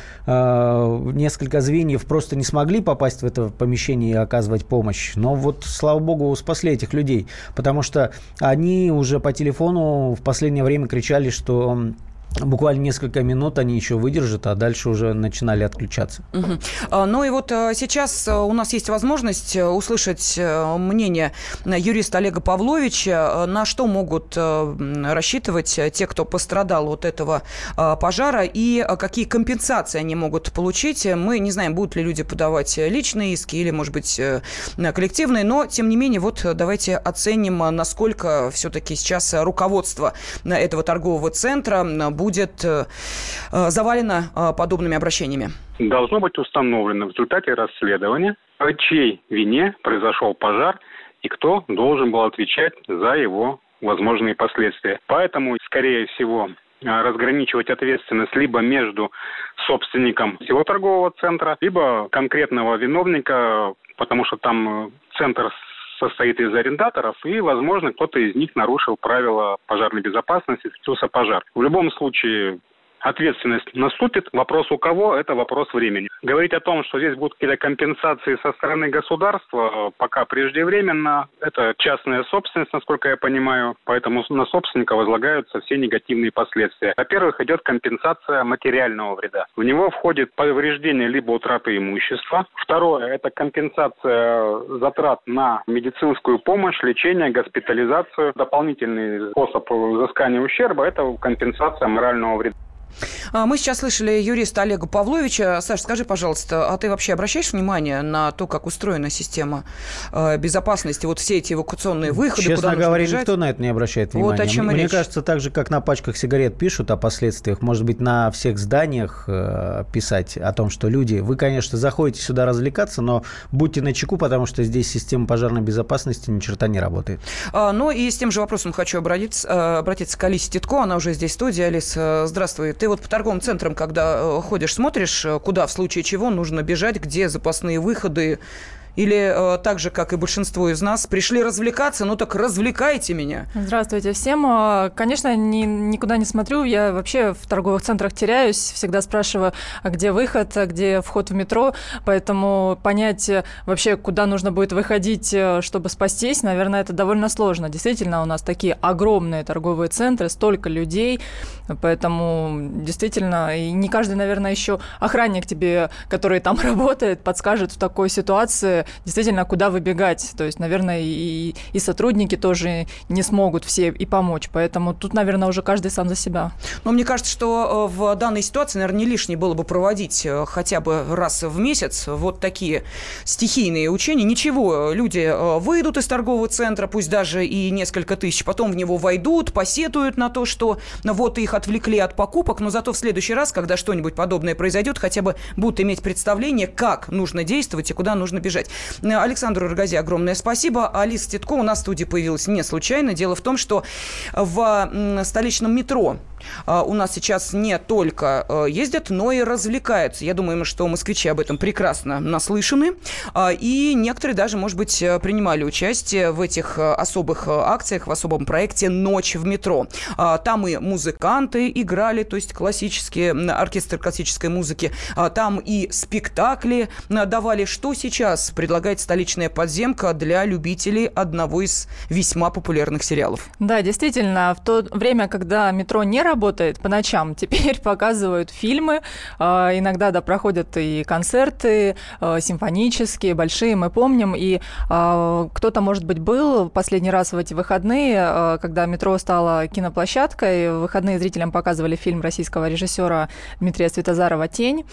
несколько звеньев просто не смогли попасть в это помещение и оказывать помощь. Но вот, слава богу, спасли этих людей. Потому что они уже по телефону в последнее время кричали, что... Буквально несколько минут они еще выдержат, а дальше уже начинали отключаться. Угу. Ну и вот сейчас у нас есть возможность услышать мнение юриста Олега Павловича, на что могут рассчитывать те, кто пострадал от этого пожара, и какие компенсации они могут получить. Мы не знаем, будут ли люди подавать личные иски или, может быть, коллективные, но, тем не менее, вот давайте оценим, насколько все-таки сейчас руководство этого торгового центра будет будет э, завалено э, подобными обращениями? Должно быть установлено в результате расследования, по чьей вине произошел пожар и кто должен был отвечать за его возможные последствия. Поэтому, скорее всего, разграничивать ответственность либо между собственником всего торгового центра, либо конкретного виновника, потому что там центр состоит из арендаторов, и, возможно, кто-то из них нарушил правила пожарной безопасности, случился пожар. В любом случае, ответственность наступит. Вопрос у кого – это вопрос времени. Говорить о том, что здесь будут какие-то компенсации со стороны государства, пока преждевременно. Это частная собственность, насколько я понимаю, поэтому на собственника возлагаются все негативные последствия. Во-первых, идет компенсация материального вреда. В него входит повреждение либо утрата имущества. Второе – это компенсация затрат на медицинскую помощь, лечение, госпитализацию. Дополнительный способ взыскания ущерба – это компенсация морального вреда. Мы сейчас слышали юриста Олега Павловича. Саш, скажи, пожалуйста, а ты вообще обращаешь внимание на то, как устроена система безопасности? Вот все эти эвакуационные выходы, Честно куда говоря, нужно бежать? Никто на это не обращает внимания. Вот о чем Мне речь. кажется, так же, как на пачках сигарет пишут о последствиях, может быть, на всех зданиях э, писать о том, что люди, вы, конечно, заходите сюда развлекаться, но будьте начеку, потому что здесь система пожарной безопасности ни черта не работает. А, ну и с тем же вопросом хочу обратиться, обратиться к Алисе Титко. Она уже здесь в студии. Алис, здравствуй. Ты вот по торговым центрам, когда ходишь, смотришь, куда в случае чего нужно бежать, где запасные выходы? Или э, так же, как и большинство из нас, пришли развлекаться, ну так развлекайте меня. Здравствуйте всем. Конечно, ни, никуда не смотрю. Я вообще в торговых центрах теряюсь. Всегда спрашиваю, а где выход, а где вход в метро. Поэтому понять вообще, куда нужно будет выходить, чтобы спастись, наверное, это довольно сложно. Действительно, у нас такие огромные торговые центры, столько людей. Поэтому действительно, и не каждый, наверное, еще охранник тебе, который там работает, подскажет в такой ситуации, действительно, куда выбегать. То есть, наверное, и, и сотрудники тоже не смогут все и помочь. Поэтому тут, наверное, уже каждый сам за себя. Но мне кажется, что в данной ситуации, наверное, не лишнее было бы проводить хотя бы раз в месяц вот такие стихийные учения. Ничего, люди выйдут из торгового центра, пусть даже и несколько тысяч, потом в него войдут, посетуют на то, что вот их отвлекли от покупок, но зато в следующий раз, когда что-нибудь подобное произойдет, хотя бы будут иметь представление, как нужно действовать и куда нужно бежать. Александру Рогази огромное спасибо. Алиса Титко у нас в студии появилась не случайно. Дело в том, что в столичном метро у нас сейчас не только ездят, но и развлекаются. Я думаю, что москвичи об этом прекрасно наслышаны. И некоторые даже, может быть, принимали участие в этих особых акциях, в особом проекте «Ночь в метро». Там и музыканты играли, то есть классические, оркестр классической музыки. Там и спектакли давали. Что сейчас предлагает столичная подземка для любителей одного из весьма популярных сериалов? Да, действительно, в то время, когда метро не работает по ночам, теперь показывают фильмы, иногда, да, проходят и концерты симфонические, большие, мы помним, и кто-то, может быть, был последний раз в эти выходные, когда метро стало киноплощадкой, в выходные зрителям показывали фильм российского режиссера Дмитрия Светозарова «Тень»,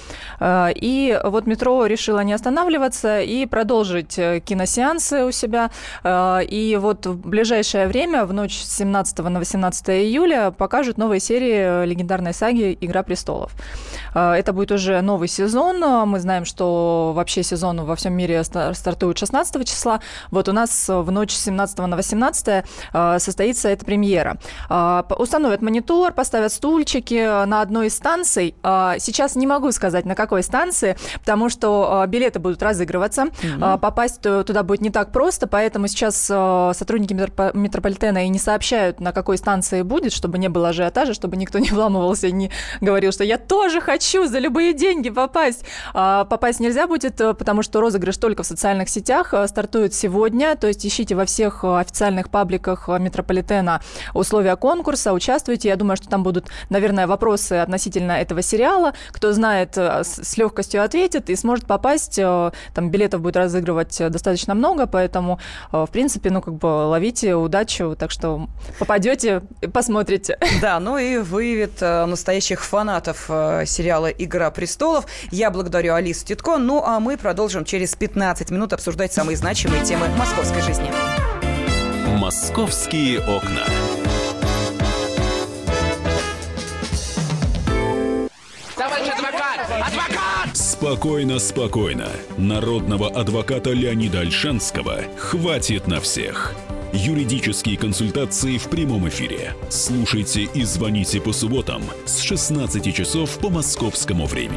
и вот метро решило не останавливаться и продолжить киносеансы у себя, и вот в ближайшее время, в ночь с семнадцатого на восемнадцатое июля, покажут новые серии легендарной саги «Игра престолов». Это будет уже новый сезон. Мы знаем, что вообще сезон во всем мире стартует шестнадцатого числа. Вот у нас в ночь с семнадцатого на восемнадцатое состоится эта премьера. Установят монитор, поставят стульчики на одной из станций. Сейчас не могу сказать, на какой станции, потому что билеты будут разыгрываться. Mm-hmm. Попасть туда будет не так просто, поэтому сейчас сотрудники метрополитена и не сообщают, на какой станции будет, чтобы не было ажиотажа, чтобы никто не вламывался и не говорил, что я тоже хочу за любые деньги попасть. Попасть нельзя будет, потому что розыгрыш только в социальных сетях стартует сегодня, то есть ищите во всех официальных пабликах метрополитена условия конкурса, участвуйте. Я думаю, что там будут, наверное, вопросы относительно этого сериала. Кто знает, с легкостью ответит и сможет попасть. Там билетов будет разыгрывать достаточно много, поэтому, в принципе, ну, как бы ловите удачу, так что попадете и посмотрите. Да, ну и выявит настоящих фанатов сериала «Игра престолов». Я благодарю Алису Титко. Ну, а мы продолжим через пятнадцать минут обсуждать самые значимые темы московской жизни. «Московские окна». Товарищ адвокат! Адвокат! Спокойно, спокойно. Народного адвоката Леонида Ольшанского хватит на всех. Юридические консультации в прямом эфире. Слушайте и звоните по субботам с шестнадцати часов по московскому времени.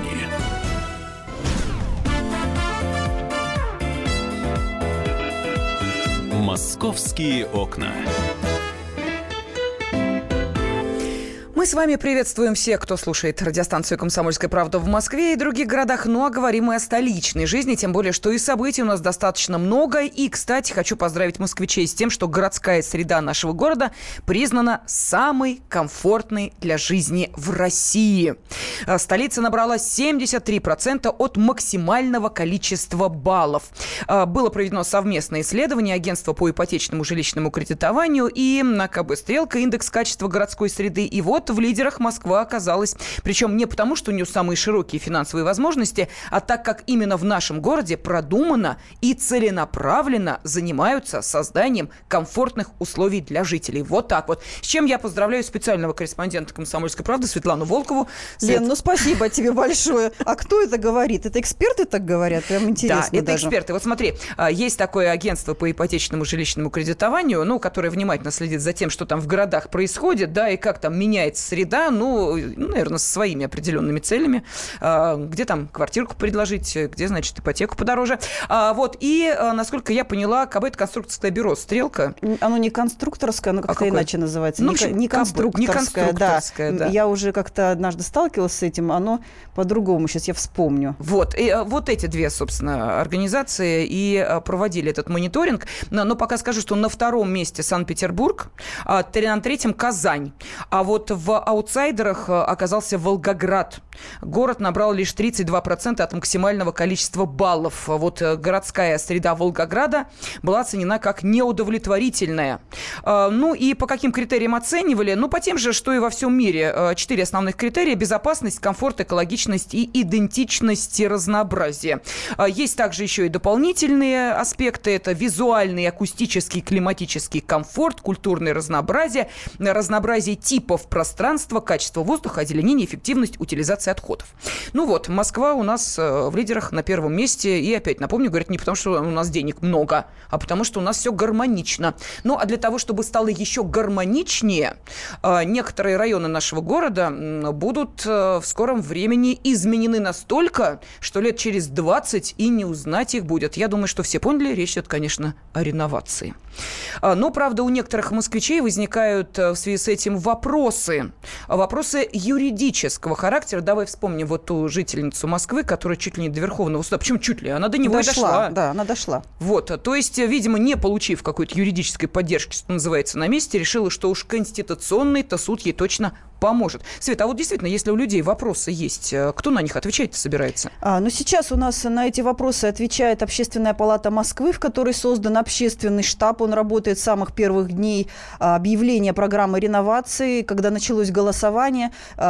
«Московские окна». Мы с вами приветствуем всех, кто слушает радиостанцию «Комсомольская правда» в Москве и других городах. Ну, а говорим мы о столичной жизни, тем более, что и событий у нас достаточно много. И, кстати, хочу поздравить москвичей с тем, что городская среда нашего города признана самой комфортной для жизни в России. Столица набрала семьдесят три процента от максимального количества баллов. Было проведено совместное исследование агентства по ипотечному жилищному кредитованию и на ка бэ «Стрелка», индекс качества городской среды. И вот в лидерах Москва оказалась. Причем не потому, что у нее самые широкие финансовые возможности, а так как именно в нашем городе продуманно и целенаправленно занимаются созданием комфортных условий для жителей. Вот так вот. С чем я поздравляю специального корреспондента «Комсомольской правды» Светлану Волкову. Свет... Лен, ну спасибо тебе большое. А кто это говорит? Это эксперты так говорят? Прям интересно. Да, это даже. эксперты. Вот смотри, есть такое агентство по ипотечному жилищному кредитованию, ну, которое внимательно следит за тем, что там в городах происходит, да, и как там меняется среда, ну, наверное, со своими определенными целями. Где там квартирку предложить, где, значит, ипотеку подороже. Вот. И, насколько я поняла, ка бэ – это конструкторское бюро «Стрелка». Оно не конструкторское, оно как-то а иначе называется. Ну, не, не конструкторское, не конструкторское да. да. Я уже как-то однажды сталкивалась с этим, оно по-другому. Сейчас я вспомню. Вот. И вот эти две, собственно, организации и проводили этот мониторинг. Но пока скажу, что на втором месте Санкт-Петербург, на третьем Казань. А вот в аутсайдерах оказался Волгоград. Город набрал лишь тридцать два процента от максимального количества баллов. Вот городская среда Волгограда была оценена как неудовлетворительная. Ну и по каким критериям оценивали? Ну, по тем же, что и во всем мире. Четыре основных критерия: безопасность, комфорт, экологичность и идентичность и разнообразие. Есть также еще и дополнительные аспекты. Это визуальный, акустический, климатический комфорт, культурное разнообразие, разнообразие типов пространства, качество воздуха, озеленение, эффективность, утилизация отходов. Ну вот, Москва у нас в лидерах на первом месте. И опять напомню, говорят, не потому, что у нас денег много, а потому, что у нас все гармонично. Ну, а для того, чтобы стало еще гармоничнее, некоторые районы нашего города будут в скором времени изменены настолько, что лет через двадцать и не узнать их будет. Я думаю, что все поняли, речь идет, конечно, о реновации. Но, правда, у некоторых москвичей возникают в связи с этим вопросы. Вопросы юридического характера. Давай вспомним вот ту жительницу Москвы, которая чуть ли не до Верховного суда. Почему чуть ли? Она до него дошла. дошла. Да, она дошла. Вот. То есть, видимо, не получив какой-то юридической поддержки, что называется, на месте, решила, что уж конституционный-то суд ей точно поможет. Света, а вот действительно, если у людей вопросы есть, кто на них отвечать собирается? А, ну, сейчас у нас на эти вопросы отвечает Общественная палата Москвы, в которой создан общественный штаб. Он работает с самых первых дней объявления программы реновации, когда началось голосование.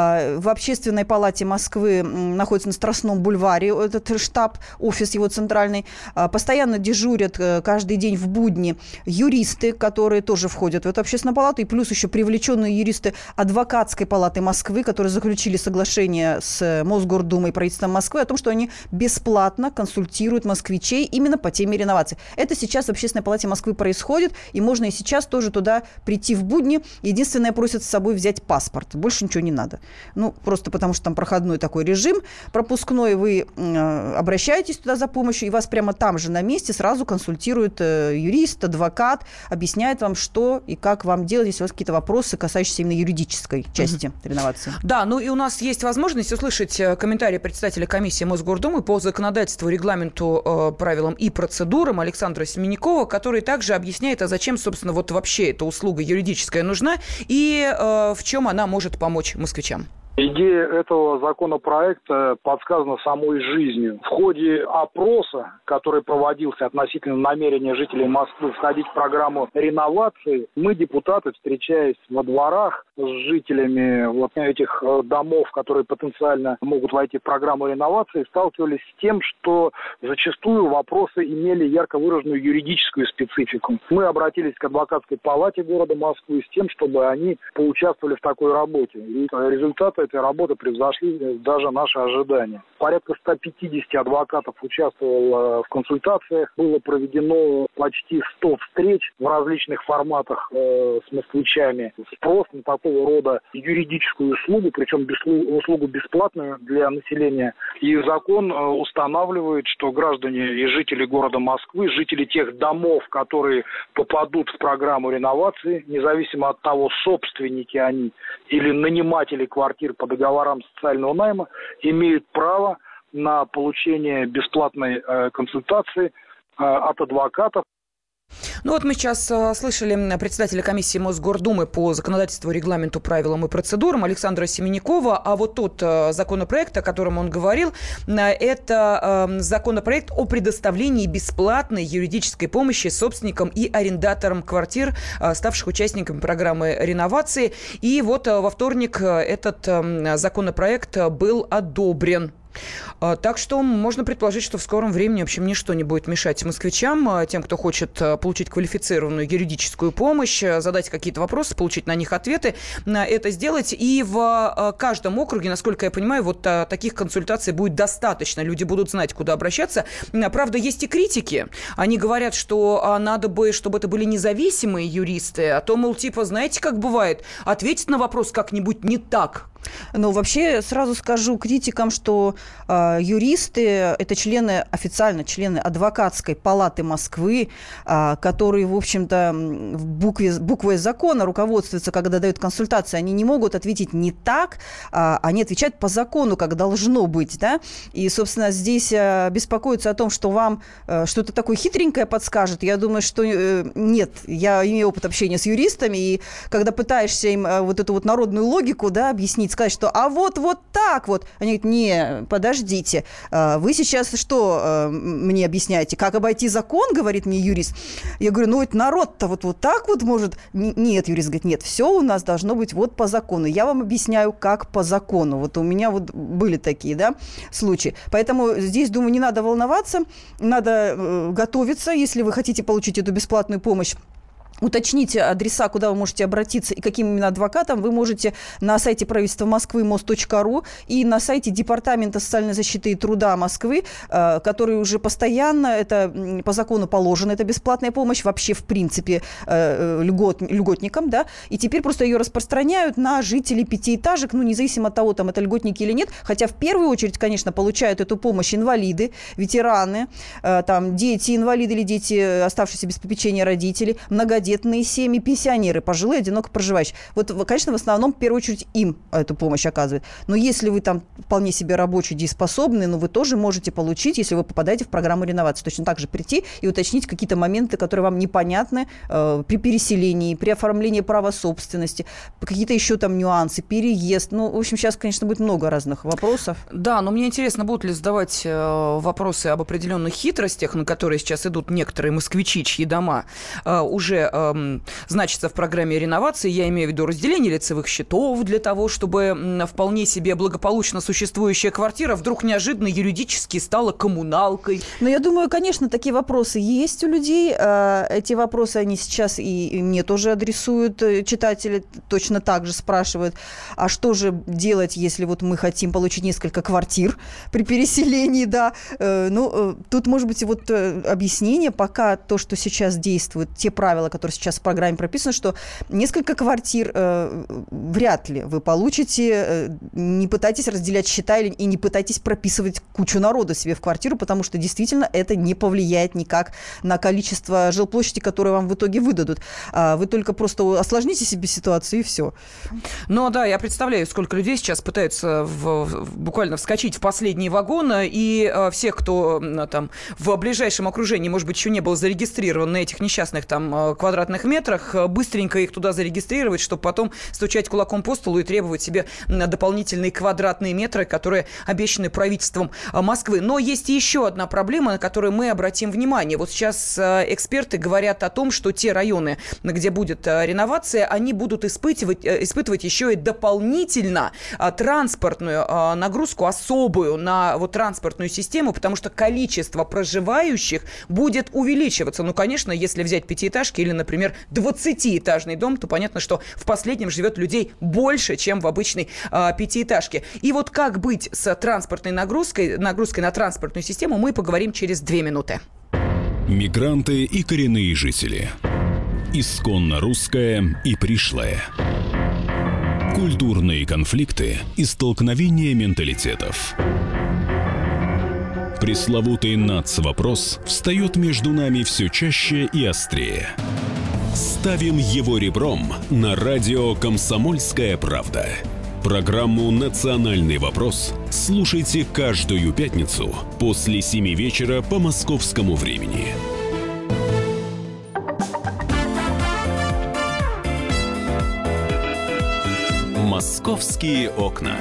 В Общественной палате Москвы находится на Страстном бульваре этот штаб, офис его центральный. Постоянно дежурят каждый день в будни юристы, которые тоже входят в эту Общественную палату, и плюс еще привлеченные юристы адвокатской палаты Москвы, которые заключили соглашение с Мосгордумой и правительством Москвы о том, что они бесплатно консультируют москвичей именно по теме реновации. Это сейчас в Общественной палате Москвы происходит, и можно и сейчас тоже туда прийти в будни. Единственное, просят с собой взять паспорт. Больше ничего не надо. Ну, просто потому что там проходной такой режим пропускной. Вы э, обращаетесь туда за помощью, и вас прямо там же на месте сразу консультирует э, юрист, адвокат, объясняет вам, что и как вам делать, если у вас какие-то вопросы, касающиеся именно юридической части mm-hmm. реновации. Да, ну и у нас есть возможность услышать комментарии председателя комиссии Мосгордумы по законодательству, регламенту, э, правилам и процедурам Александра Семенякова, который также объясняет, а зачем, собственно, вот вообще эта услуга юридическая нужна и э, в чем она может помочь москвичам. Идея этого законопроекта подсказана самой жизнью. В ходе опроса, который проводился относительно намерения жителей Москвы входить в программу реновации, мы, депутаты, встречаясь во дворах с жителями вот этих домов, которые потенциально могут войти в программу реновации, сталкивались с тем, что зачастую вопросы имели ярко выраженную юридическую специфику. Мы обратились к адвокатской палате города Москвы с тем, чтобы они поучаствовали в такой работе. И результаты этой работы превзошли даже наши ожидания. Порядка сто пятьдесят адвокатов участвовало в консультациях. Было проведено почти сто встреч в различных форматах э, с москвичами. Спрос на такого рода юридическую услугу, причем услугу бесплатную для населения И закон устанавливает, что граждане и жители города Москвы, жители тех домов, которые попадут в программу реновации, независимо от того, собственники они или наниматели квартир по договорам социального найма, имеют право на получение бесплатной э, консультации э, от адвокатов. Ну вот мы сейчас э, слышали председателя комиссии Мосгордумы по законодательству, регламенту, правилам и процедурам Александра Семенякова. А вот тот э, законопроект, о котором он говорил, э, это э, законопроект о предоставлении бесплатной юридической помощи собственникам и арендаторам квартир, э, ставших участниками программы реновации. И вот э, во вторник э, этот э, законопроект был одобрен. Так что можно предположить, что в скором времени, в общем, ничто не будет мешать москвичам, тем, кто хочет получить квалифицированную юридическую помощь, задать какие-то вопросы, получить на них ответы, это сделать. И в каждом округе, насколько я понимаю, вот таких консультаций будет достаточно. Люди будут знать, куда обращаться. Правда, есть и критики. Они говорят, что надо бы, чтобы это были независимые юристы, а то, мол, типа, знаете, как бывает, ответить на вопрос как-нибудь не так. Ну, вообще, сразу скажу критикам, что э, юристы – это члены, официально члены адвокатской палаты Москвы, э, которые, в общем-то, в букве, буквой закона руководствуются, когда дают консультации. Они не могут ответить не так, э, они отвечают по закону, как должно быть, да. И, собственно, здесь э, беспокоиться о том, что вам э, что-то такое хитренькое подскажет, я думаю, что э, нет. Я имею опыт общения с юристами, и когда пытаешься им э, вот эту вот народную логику, да, объяснить, сказать, что а вот вот так вот. Они говорят, не, подождите, вы сейчас что мне объясняете? Как обойти закон, говорит мне юрист. Я говорю, ну вот народ-то вот, вот так вот может. Нет, юрист говорит, нет, все у нас должно быть вот по закону. Я вам объясняю, как по закону. Вот у меня вот были такие, да, случаи. Поэтому здесь, думаю, не надо волноваться, надо готовиться, если вы хотите получить эту бесплатную помощь. Уточните адреса, куда вы можете обратиться и каким именно адвокатом. Вы можете на сайте правительства Москвы мос точка ру и на сайте Департамента социальной защиты и труда Москвы, который уже постоянно, это по закону положено, это бесплатная помощь вообще в принципе льгот, льготникам, да, и теперь просто ее распространяют на жителей пятиэтажек, ну, независимо от того, там это льготники или нет, хотя в первую очередь, конечно, получают эту помощь инвалиды, ветераны, там дети инвалиды или дети, оставшиеся без попечения родителей, многодетные семьи, пенсионеры, пожилые, одиноко проживающие. Вот, конечно, в основном, в первую очередь, им эту помощь оказывают. Но если вы там вполне себе рабочий, дееспособный, но вы тоже можете получить, если вы попадаете в программу реновации. Точно так же прийти и уточнить какие-то моменты, которые вам непонятны э, при переселении, при оформлении права собственности, какие-то еще там нюансы, переезд. Ну, в общем, сейчас, конечно, будет много разных вопросов. Да, но мне интересно, будут ли задавать э, вопросы об определенных хитростях, на которые сейчас идут некоторые москвичи, чьи дома э, уже э, значится в программе реновации. Я имею в виду разделение лицевых счетов для того, чтобы вполне себе благополучно существующая квартира вдруг неожиданно юридически стала коммуналкой. Ну, я думаю, конечно, такие вопросы есть у людей. Эти вопросы они сейчас и мне тоже адресуют читатели, точно так же спрашивают, а что же делать, если вот мы хотим получить несколько квартир при переселении, да. Ну, тут, может быть, вот объяснение, пока то, что сейчас действует, те правила, которые сейчас в программе прописано, что несколько квартир э, вряд ли вы получите. Э, не пытайтесь разделять счета или, и не пытайтесь прописывать кучу народа себе в квартиру, потому что действительно это не повлияет никак на количество жилплощади, которые вам в итоге выдадут. А вы только просто осложните себе ситуацию и все. Ну да, я представляю, сколько людей сейчас пытаются в, в, буквально вскочить в последний вагон, и э, всех, кто э, там в ближайшем окружении, может быть, еще не был зарегистрирован на этих несчастных там квадратных метрах, быстренько их туда зарегистрировать, чтобы потом стучать кулаком по столу и требовать себе дополнительные квадратные метры, которые обещаны правительством Москвы. Но есть еще одна проблема, на которую мы обратим внимание. Вот сейчас эксперты говорят о том, что те районы, где будет реновация, они будут испытывать, испытывать еще и дополнительно транспортную нагрузку, особую на вот транспортную систему, потому что количество проживающих будет увеличиваться. Ну, конечно, если взять пятиэтажки или, например, двадцатиэтажный дом, то понятно, что в последнем живет людей больше, чем в обычной а, пятиэтажке. И вот как быть с транспортной нагрузкой, нагрузкой на транспортную систему, мы поговорим через две минуты. Мигранты и коренные жители. Исконно русское и пришлое. Культурные конфликты и столкновения менталитетов. Пресловутый нацвопрос встает между нами все чаще и острее. Ставим его ребром на радио «Комсомольская правда». Программу «Национальный вопрос» слушайте каждую пятницу после семи вечера по московскому времени. «Московские окна».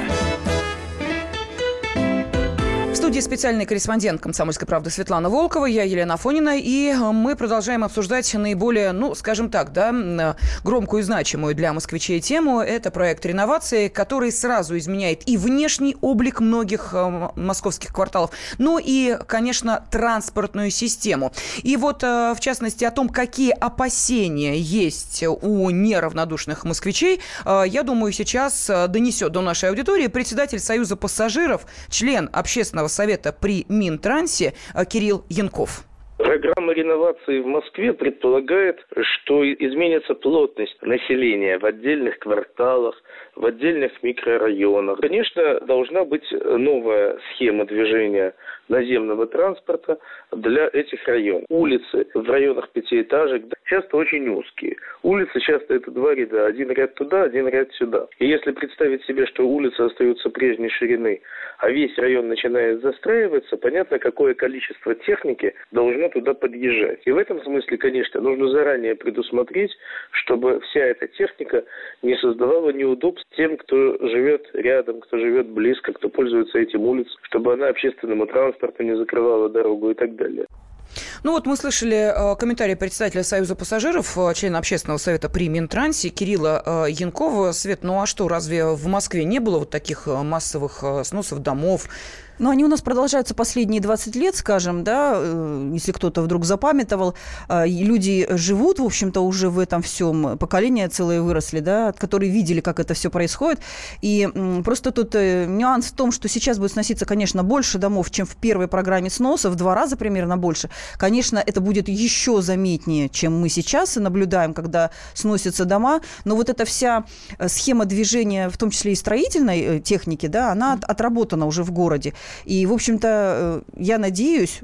В студии специальный корреспондент «Комсомольской правды» Светлана Волкова, я Елена Афонина, и мы продолжаем обсуждать наиболее, ну, скажем так, да, громкую и значимую для москвичей тему. Это проект реновации, который сразу изменяет и внешний облик многих московских кварталов, но и, конечно, транспортную систему. И вот, в частности, о том, какие опасения есть у неравнодушных москвичей, я думаю, сейчас донесет до нашей аудитории председатель Союза пассажиров, член общественного совета при Минтрансе Кирилл Янков. Программа реновации в Москве предполагает, что изменится плотность населения в отдельных кварталах, в отдельных микрорайонах. Конечно, должна быть новая схема движения наземного транспорта для этих районов. Улицы в районах пятиэтажек часто очень узкие. Улицы часто это два ряда. Один ряд туда, один ряд сюда. И если представить себе, что улицы остаются прежней ширины, а весь район начинает застраиваться, понятно, какое количество техники должно туда подъезжать. И в этом смысле, конечно, нужно заранее предусмотреть, чтобы вся эта техника не создавала неудобств тем, кто живет рядом, кто живет близко, кто пользуется этим улицей, чтобы она общественному транспорту не закрывала дорогу и так далее. Ну вот мы слышали э, комментарий председателя Союза пассажиров, э, члена общественного совета при Минтрансе Кирилла э, Янкова. Свет, ну а что, разве в Москве не было вот таких э, массовых э, сносов домов? Но они у нас продолжаются последние двадцать лет, скажем, да, если кто-то вдруг запамятовал. Люди живут, в общем-то, уже в этом всем. Поколения целые выросли, да, которые видели, как это все происходит. И просто тут нюанс в том, что сейчас будет сноситься, конечно, больше домов, чем в первой программе сноса, в два раза примерно больше. Конечно, это будет еще заметнее, чем мы сейчас наблюдаем, когда сносятся дома. Но вот эта вся схема движения, в том числе и строительной техники, да, она отработана уже в городе. И, в общем-то, я надеюсь,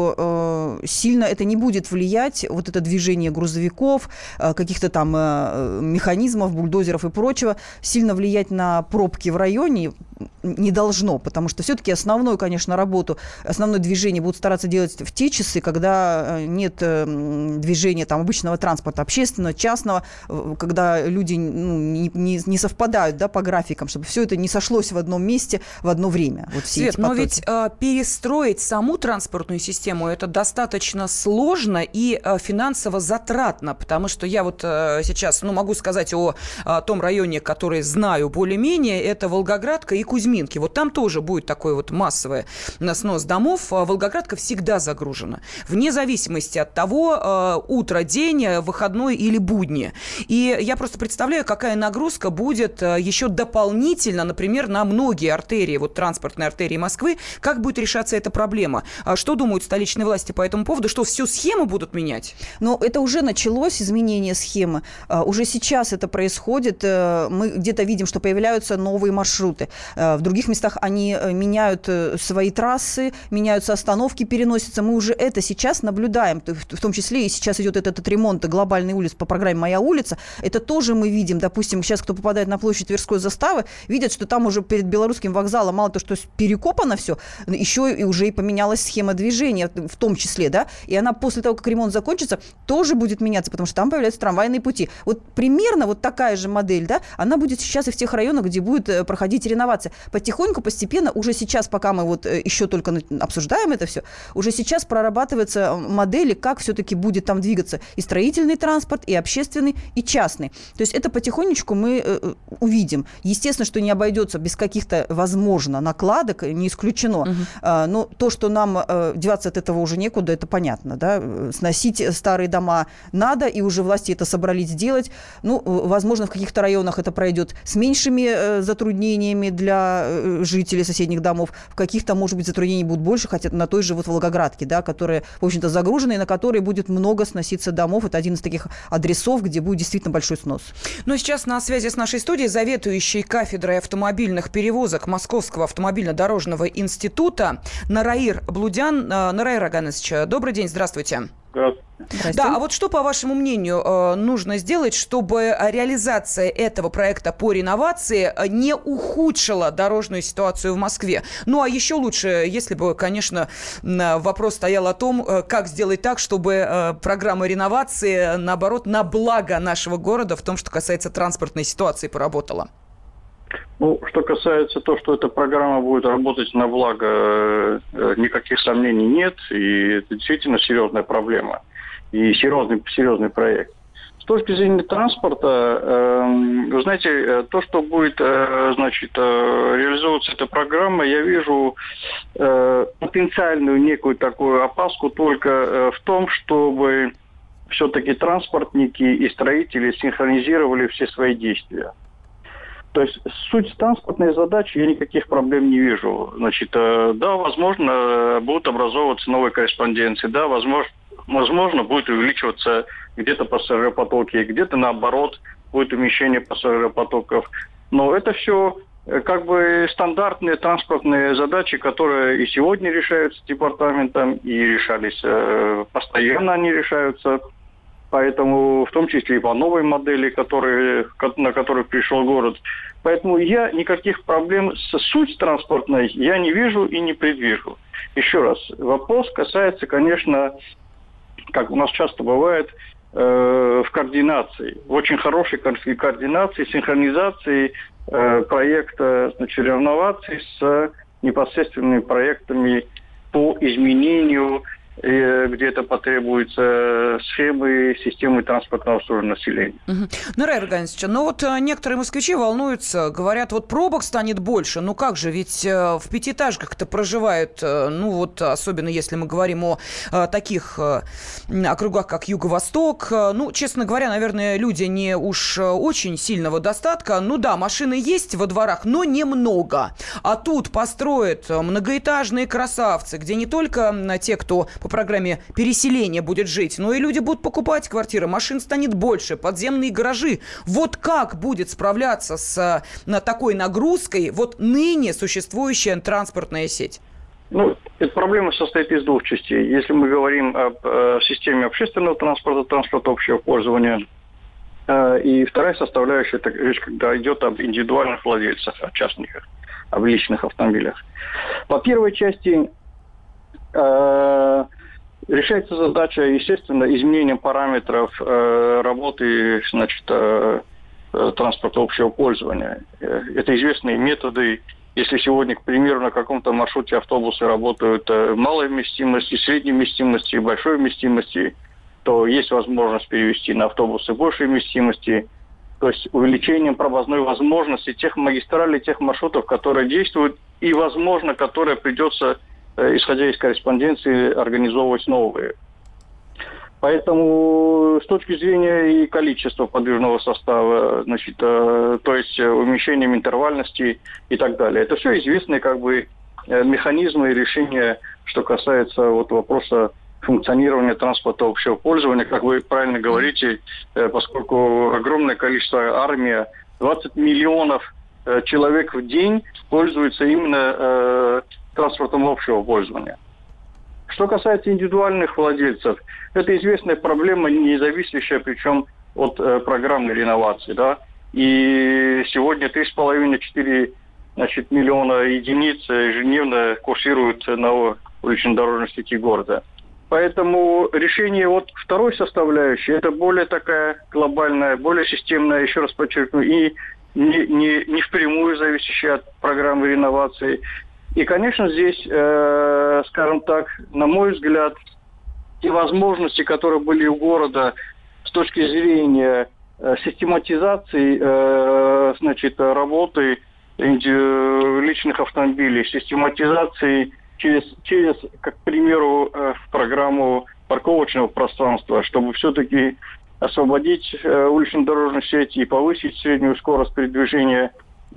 что э, сильно это не будет влиять, вот это движение грузовиков, э, каких-то там э, механизмов, бульдозеров и прочего, сильно влиять на пробки в районе не должно, потому что все-таки основную, конечно, работу, основное движение будут стараться делать в те часы, когда нет э, движения там обычного транспорта, общественного, частного, э, когда люди ну, не, не, не совпадают, да, по графикам, чтобы все это не сошлось в одном месте в одно время. Вот все Свет, эти но ведь э, перестроить саму транспортную систему это достаточно сложно и э, финансово затратно, потому что я вот э, сейчас ну, могу сказать о, о том районе, который знаю более-менее, это Волгоградка и Кузьминки. Вот там тоже будет такой вот массовый снос домов. Волгоградка всегда загружена, вне зависимости от того, э, утро, день, выходной или будни. И я просто представляю, какая нагрузка будет э, еще дополнительно, например, на многие артерии, вот транспортные артерии Москвы. Как будет решаться эта проблема? Что думают столичные власти по этому поводу? Что, всю схему будут менять? Но это уже началось, изменение схемы. Уже сейчас это происходит. Мы где-то видим, что появляются новые маршруты. В других местах они меняют свои трассы, меняются остановки, переносятся. Мы уже это сейчас наблюдаем. В том числе и сейчас идет этот, этот ремонт глобальной улицы по программе «Моя улица». Это тоже мы видим. Допустим, сейчас кто попадает на площадь Тверской заставы, видят, что там уже перед Белорусским вокзалом мало то, что перекопано все, еще и уже и поменялась схема движения, в том числе, да, и она после того, как ремонт закончится, тоже будет меняться, потому что там появляются трамвайные пути. Вот примерно вот такая же модель, да, она будет сейчас и в тех районах, где будет проходить реновация. Потихоньку, постепенно, уже сейчас, пока мы вот еще только обсуждаем это все, уже сейчас прорабатываются модели, как все-таки будет там двигаться и строительный транспорт, и общественный, и частный. То есть это потихонечку мы увидим. Естественно, что не обойдется без каких-то, возможно, накладок, не исключено. Угу. А, но то, что нам а, деваться от этого уже некуда, это понятно. Да? Сносить старые дома надо, и уже власти это собрались делать. Ну, возможно, в каких-то районах это пройдет с меньшими а, затруднениями для для жителей соседних домов, в каких-то, может быть, затруднений будет больше, хотя на той же вот Волгоградке, да, которая, в общем-то, загружена, и на которой будет много сноситься домов. Это один из таких адресов, где будет действительно большой снос. Ну, сейчас на связи с нашей студией заведующий кафедрой автомобильных перевозок Московского автомобильно-дорожного института Нараир Блудян. Нараир Аганович, добрый день, здравствуйте. Здравствуйте. Да, а вот что, по вашему мнению, нужно сделать, чтобы реализация этого проекта по реновации не ухудшила дорожную ситуацию в Москве? Ну, а еще лучше, если бы, конечно, вопрос стоял о том, как сделать так, чтобы программа реновации, наоборот, на благо нашего города в том, что касается транспортной ситуации, поработала. Ну, что касается того, что эта программа будет работать на благо, никаких сомнений нет. И это действительно серьезная проблема. И серьезный, серьезный проект. С точки зрения транспорта, вы знаете, то, что будет, значит, реализовываться эта программа, я вижу потенциальную некую такую опаску только в том, чтобы все-таки транспортники и строители синхронизировали все свои действия. То есть суть транспортной задачи я никаких проблем не вижу. Значит, да, возможно, будут образовываться новые корреспонденции, да, возможно, возможно будет увеличиваться где-то пассажиропотоки, где-то наоборот будет уменьшение пассажиропотоков. Но это все как бы стандартные транспортные задачи, которые и сегодня решаются департаментом, и решались постоянно, они решаются. Поэтому в том числе и по новой модели, которые, на которую пришел город. Поэтому я никаких проблем с суть транспортной я не вижу и не предвижу. Еще раз, вопрос касается, конечно, как у нас часто бывает, э, в координации. В очень хорошей координации, синхронизации э, проекта, значит, реновации с непосредственными проектами по изменению где-то потребуются схемы системы транспортного обслуживания населения. Угу. Нараир Аганович, ну вот некоторые москвичи волнуются, говорят, вот пробок станет больше, ну как же, ведь в пятиэтажках-то проживают, ну вот особенно если мы говорим о таких округах, как Юго-Восток, ну, честно говоря, наверное, люди не уж очень сильного достатка, ну да, машины есть во дворах, но немного, а тут построят многоэтажные красавцы, где не только те, кто по программе переселения будет жить, но и люди будут покупать квартиры, машин станет больше, подземные гаражи. Вот как будет справляться с на такой нагрузкой вот ныне существующая транспортная сеть? Ну, эта проблема состоит из двух частей. Если мы говорим об э, системе общественного транспорта, транспорта общего пользования, э, и вторая составляющая, это речь, когда идет об индивидуальных владельцах, о частниках, об личных автомобилях. По первой части решается задача, естественно, изменением параметров э, работы, значит, э, транспорта общего пользования. Это известные методы. Если сегодня, к примеру, на каком-то маршруте автобусы работают э, малой вместимости, средней вместимости, большой вместимости, то есть возможность перевести на автобусы большей вместимости. То есть увеличением провозной возможности тех магистралей, тех маршрутов, которые действуют, и, возможно, которые придется, исходя из корреспонденции, организовывать новые. Поэтому с точки зрения и количества подвижного состава, значит, э, то есть уменьшением интервальности и так далее, это все известные как бы механизмы и решения, что касается вот вопроса функционирования транспорта общего пользования. Как вы правильно говорите, э, поскольку огромное количество, армия, двадцать миллионов э, человек в день пользуются именно э, транспортом общего пользования. Что касается индивидуальных владельцев, это известная проблема, не зависящая причем от э, программы реновации. Да? И сегодня три с половиной - четыре значит, миллиона единиц ежедневно курсируют на улично-дорожной сети города. Поэтому решение вот второй составляющей, это более такая глобальная, более системная, еще раз подчеркну, и не, не, не впрямую зависящая от программы реновации. И, конечно, здесь, э, скажем так, на мой взгляд, те возможности, которые были у города с точки зрения э, систематизации э, значит, работы личных автомобилей, систематизации через, через как, к примеру, э, программу парковочного пространства, чтобы все-таки освободить э, улично-дорожную сеть и повысить среднюю скорость передвижения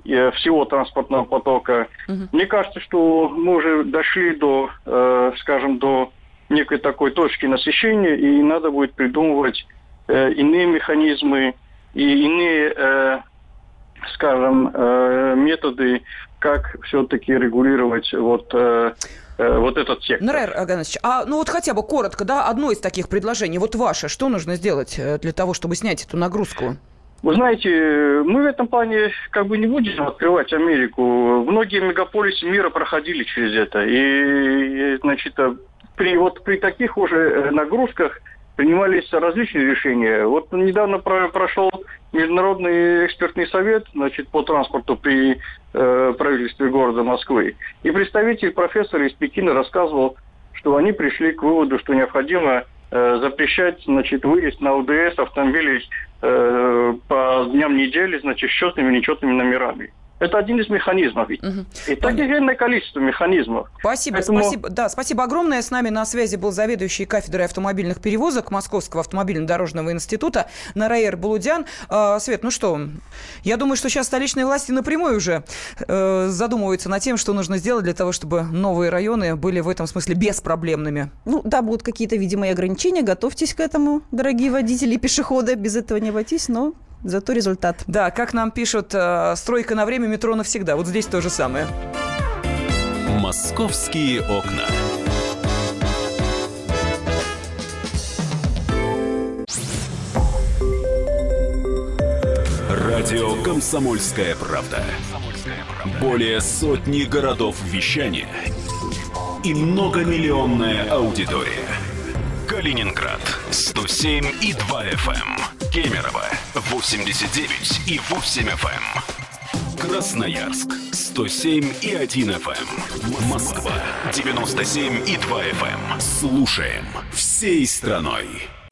э, всего транспортного потока. Угу. Мне кажется, что мы уже дошли до, э, скажем, до некой такой точки насыщения, и надо будет придумывать э, иные механизмы и иные, э, скажем, э, методы, как все-таки регулировать вот... Э, вот этот сектор. Нурайр Аганович, а ну вот хотя бы коротко, да, одно из таких предложений, вот ваше, что нужно сделать для того, чтобы снять эту нагрузку? Вы знаете, мы в этом плане как бы не будем открывать Америку. Многие мегаполисы мира проходили через это. И, значит, при, вот при таких уже нагрузках принимались различные решения. Вот недавно про, прошел Международный экспертный совет, значит, по транспорту при э, правительстве города Москвы. И представитель профессора из Пекина рассказывал, что они пришли к выводу, что необходимо э, запрещать, значит, выезд на ОДС автомобилей э, по дням недели, значит, с четными и нечетными номерами. Это один из механизмов. Угу. И так огромное количество механизмов. Спасибо, Поэтому... спасибо. Да, спасибо огромное. С нами на связи был заведующий кафедрой автомобильных перевозок Московского автомобильно-дорожного института Нурайр Булудян. Э, Свет, ну что, я думаю, что сейчас столичные власти напрямую уже э, задумываются над тем, что нужно сделать для того, чтобы новые районы были в этом смысле беспроблемными. Ну да, будут какие-то видимые ограничения. Готовьтесь к этому, дорогие водители и пешеходы. Без этого не обойтись, но... Зато результат. Да, как нам пишут, стройка на время, метро навсегда. Вот здесь то же самое. Московские окна. Радио «Комсомольская правда». Более сотни городов вещания и многомиллионная аудитория. Калининград сто семь и два эф эм. Кемерово восемьдесят девять и восемь эф эм. Красноярск сто семь и один эф эм. Москва девяносто семь и два эф эм. Слушаем всей страной.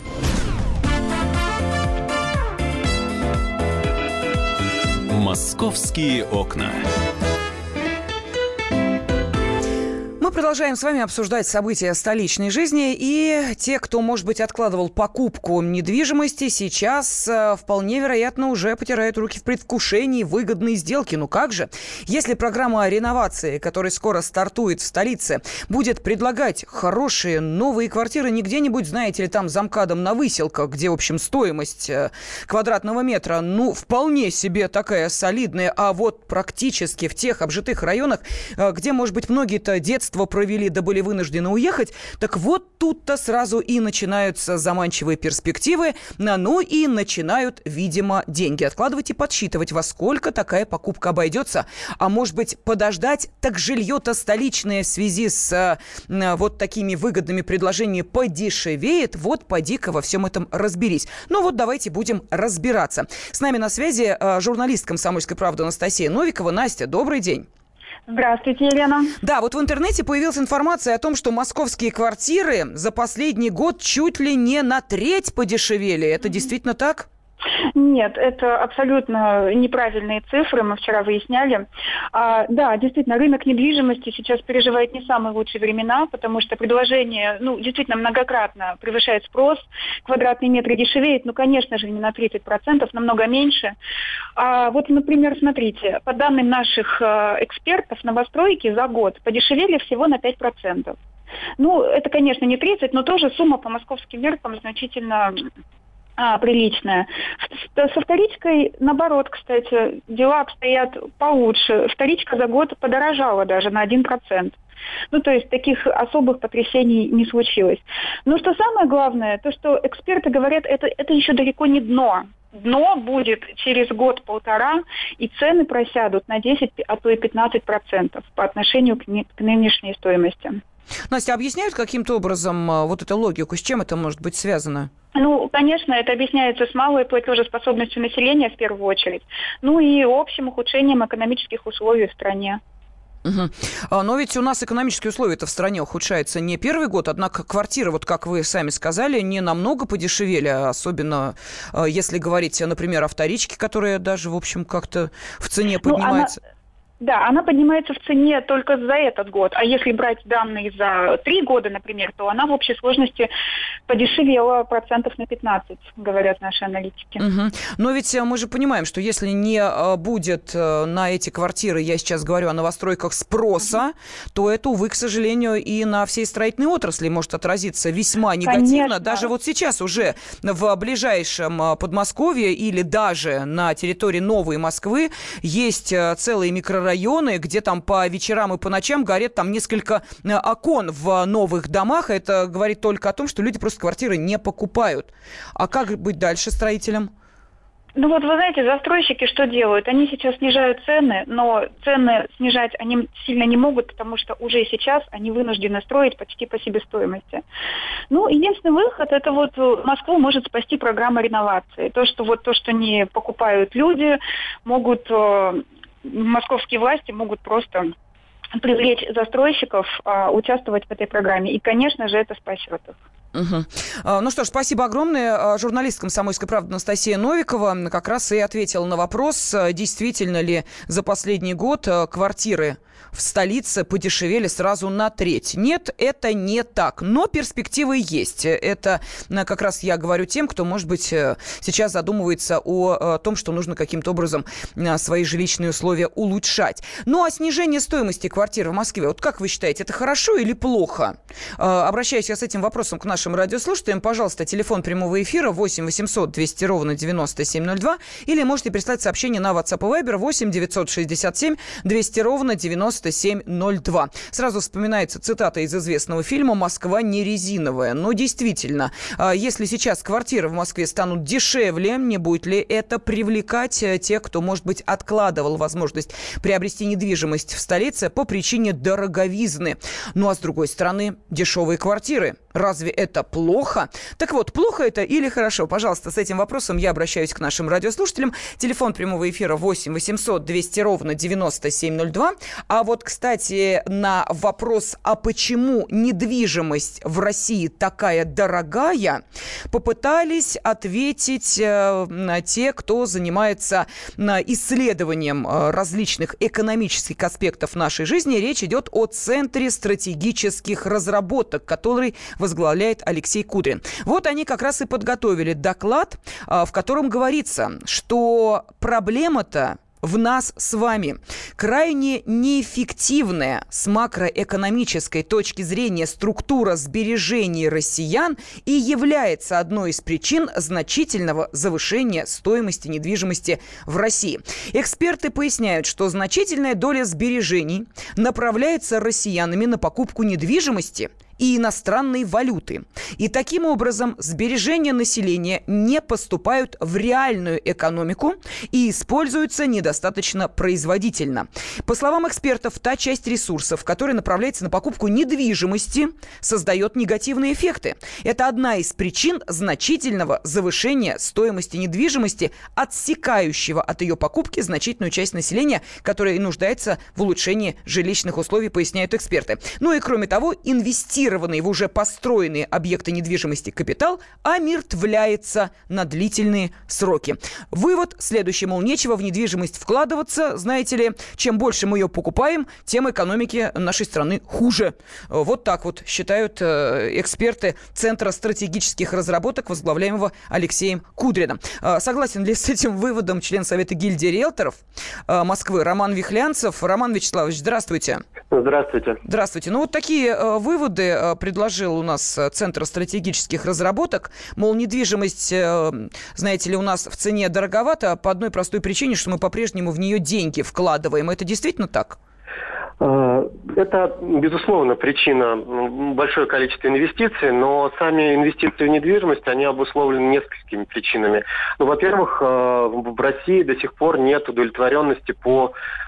Московские окна. Мы продолжаем с вами обсуждать события столичной жизни, и те, кто, может быть, откладывал покупку недвижимости, сейчас э, вполне вероятно уже потирают руки в предвкушении выгодной сделки. Ну как же? Если программа реновации, которая скоро стартует в столице, будет предлагать хорошие новые квартиры не где-нибудь, знаете ли, там за МКАДом на Выселках, где, в общем, стоимость э, квадратного метра, ну, вполне себе такая солидная, а вот практически в тех обжитых районах, э, где, может быть, многие-то детство провели, да были вынуждены уехать, так вот тут-то сразу и начинаются заманчивые перспективы, ну и начинают, видимо, деньги откладывать и подсчитывать, во сколько такая покупка обойдется. А может быть, подождать, так жилье-то столичное в связи с э, вот такими выгодными предложениями подешевеет, вот поди-ка во всем этом разберись. Ну вот давайте будем разбираться. С нами на связи э, журналист «Комсомольской правды» Анастасия Новикова. Настя, добрый день. Здравствуйте, Елена. Да, вот в интернете появилась информация о том, что московские квартиры за последний год чуть ли не на треть подешевели. Это действительно так? Нет, это абсолютно неправильные цифры, мы вчера выясняли. А, да, действительно, рынок недвижимости сейчас переживает не самые лучшие времена, потому что предложение, ну, действительно многократно превышает спрос, квадратный метр дешевеет, ну, конечно же, не на тридцать процентов, намного меньше. А, вот, например, смотрите, по данным наших э, экспертов, новостройки за год подешевели всего на пять процентов. Ну, это, конечно, не тридцать, но тоже сумма по московским меркам значительно... А, приличная. Со вторичкой, наоборот, кстати, дела обстоят получше. Вторичка за год подорожала даже на один процент. Ну, то есть таких особых потрясений не случилось. Но что самое главное, то, что эксперты говорят, это, это еще далеко не дно. Дно будет через год-полтора, и цены просядут на десять, а то и пятнадцать процентов по отношению к, не, к нынешней стоимости. Настя, объясняют каким-то образом вот эту логику? С чем это может быть связано? Ну, конечно, это объясняется с малой платежеспособностью населения в первую очередь, ну и общим ухудшением экономических условий в стране. Угу. Но ведь у нас экономические условия-то в стране ухудшаются не первый год, однако квартиры, вот как вы сами сказали, не намного подешевели, особенно если говорить, например, о вторичке, которая даже, в общем, как-то в цене поднимается. Ну, она... Да, она поднимается в цене только за этот год. А если брать данные за три года, например, то она в общей сложности подешевела процентов на пятнадцать, говорят наши аналитики. Угу. Но ведь мы же понимаем, что если не будет на эти квартиры, я сейчас говорю о новостройках, спроса, угу. то это, увы, к сожалению, и на всей строительной отрасли может отразиться весьма негативно. Конечно. Даже вот сейчас уже в ближайшем Подмосковье или даже на территории Новой Москвы есть целые микрорайоны, районы, где там по вечерам и по ночам горят там несколько окон в новых домах. Это говорит только о том, что люди просто квартиры не покупают. А как быть дальше строителям? Ну вот, вы знаете, застройщики что делают? Они сейчас снижают цены, но цены снижать они сильно не могут, потому что уже сейчас они вынуждены строить почти по себестоимости. Ну, единственный выход, это вот Москву может спасти программа реновации. То, что вот то, что не покупают люди, могут... московские власти могут просто привлечь застройщиков, а, участвовать в этой программе. И, конечно же, это спасет их. Угу. Ну что ж, спасибо огромное. Журналист «Комсомольской правды» Анастасия Новикова как раз и ответила на вопрос, действительно ли за последний год квартиры в столице подешевели сразу на треть. Нет, это не так, но перспективы есть. Это как раз я говорю тем, кто, может быть, сейчас задумывается о том, что нужно каким-то образом свои жилищные условия улучшать. Ну, а снижение стоимости квартир в Москве, вот как вы считаете, это хорошо или плохо? Обращаюсь я с этим вопросом к нашим радиослушателям. Пожалуйста, телефон прямого эфира восемь восемьсот двести ровно девяносто семь ноль два или можете прислать сообщение на WhatsApp и Viber восемь девятьсот шестьдесят семь двести ровно девяносто семь ноль два. Сразу вспоминается цитата из известного фильма «Москва не резиновая». Но действительно, если сейчас квартиры в Москве станут дешевле, не будет ли это привлекать тех, кто, может быть, откладывал возможность приобрести недвижимость в столице по причине дороговизны? Ну а с другой стороны, дешевые квартиры. Разве это плохо? Так вот, плохо это или хорошо? Пожалуйста, с этим вопросом я обращаюсь к нашим радиослушателям. Телефон прямого эфира восемь восемьсот двести ровно девяносто семь ноль два. А вот, кстати, на вопрос, а почему недвижимость в России такая дорогая, попытались ответить э, те, кто занимается э, исследованием э, различных экономических аспектов нашей жизни. Речь идет о Центре стратегических разработок, который возглавляет Алексей Кудрин. Вот они как раз и подготовили доклад, в котором говорится, что проблема-то в нас с вами. Крайне неэффективная с макроэкономической точки зрения структура сбережений россиян и является одной из причин значительного завышения стоимости недвижимости в России. Эксперты поясняют, что значительная доля сбережений направляется россиянами на покупку недвижимости и иностранной валюты. И таким образом сбережения населения не поступают в реальную экономику и используются недостаточно производительно. По словам экспертов, та часть ресурсов, которая направляется на покупку недвижимости, создает негативные эффекты. Это одна из причин значительного завышения стоимости недвижимости, отсекающего от ее покупки значительную часть населения, которая и нуждается в улучшении жилищных условий, поясняют эксперты. Ну и кроме того, инвестиции в уже построенные объекты недвижимости капитал омертвляется на длительные сроки. Вывод следующий, мол, нечего в недвижимость вкладываться. Знаете ли, чем больше мы ее покупаем, тем экономике нашей страны хуже. Вот так вот считают эксперты Центра стратегических разработок, возглавляемого Алексеем Кудриным. Согласен ли с этим выводом член Совета гильдии риэлторов Москвы Роман Вихлянцев? Роман Вячеславович, здравствуйте. Здравствуйте. Здравствуйте. Ну вот такие выводы предложил у нас Центр стратегических разработок. Мол, недвижимость, знаете ли, у нас в цене дороговато по одной простой причине, что мы по-прежнему в нее деньги вкладываем. Это действительно так? Это, безусловно, причина большое количество инвестиций, но сами инвестиции в недвижимость, они обусловлены несколькими причинами. Ну, во-первых, в России до сих пор нет удовлетворенности по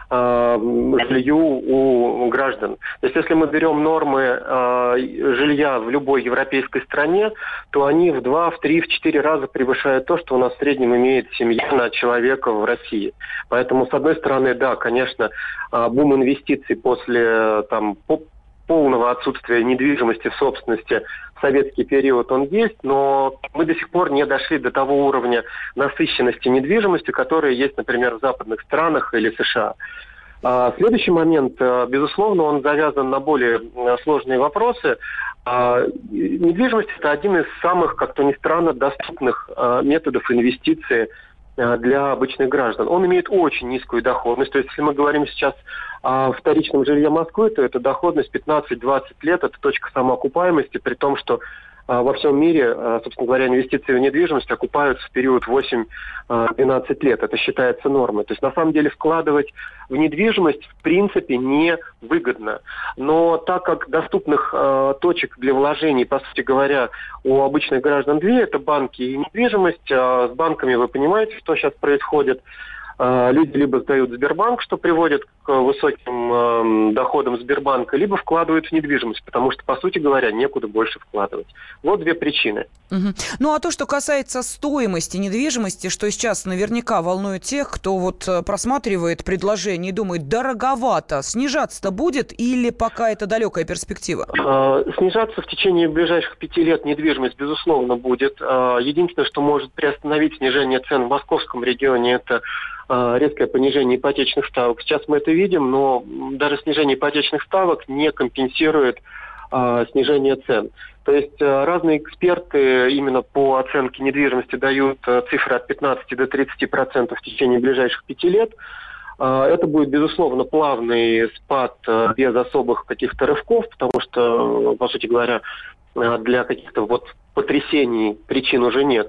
жилью у граждан. То есть, если мы берем нормы э, жилья в любой европейской стране, то они в два, в три, в четыре раза превышают то, что у нас в среднем имеет семья на человека в России. Поэтому, с одной стороны, да, конечно, э, бум инвестиций после там, полного отсутствия недвижимости в собственности в советский период он есть, но мы до сих пор не дошли до того уровня насыщенности недвижимостью, который есть, например, в западных странах или США. Следующий момент, безусловно, он завязан на более сложные вопросы. Недвижимость – это один из самых, как то ни странно, доступных методов инвестиции для обычных граждан. Он имеет очень низкую доходность. То есть, если мы говорим сейчас о вторичном жилье Москвы, то это доходность пятнадцать-двадцать лет, это точка самоокупаемости, при том, что во всем мире, собственно говоря, инвестиции в недвижимость окупаются в период восемь-двенадцать лет. Это считается нормой. То есть, на самом деле, вкладывать в недвижимость в принципе не выгодно. Но так как доступных э, точек для вложений, по сути говоря, у обычных граждан две, это банки и недвижимость. А с банками вы понимаете, что сейчас происходит. Люди либо сдают в Сбербанк, что приводит к высоким э, доходам Сбербанка, либо вкладывают в недвижимость, потому что, по сути говоря, некуда больше вкладывать. Вот две причины. Угу. Ну, а то, что касается стоимости недвижимости, что сейчас наверняка волнует тех, кто вот просматривает предложение и думает, дороговато, снижаться-то будет или пока это далекая перспектива? Э, снижаться в течение ближайших пяти лет недвижимость, безусловно, будет. Э, единственное, что может приостановить снижение цен в московском регионе, это резкое понижение ипотечных ставок. Сейчас мы это видим, но даже снижение ипотечных ставок не компенсирует а, снижение цен. То есть а, разные эксперты именно по оценке недвижимости дают а, цифры от пятнадцати до тридцати процентов в течение ближайших пяти лет. А, это будет, безусловно, плавный спад а, без особых каких-то рывков, потому что, по сути говоря, для каких-то вот потрясений причин уже нет.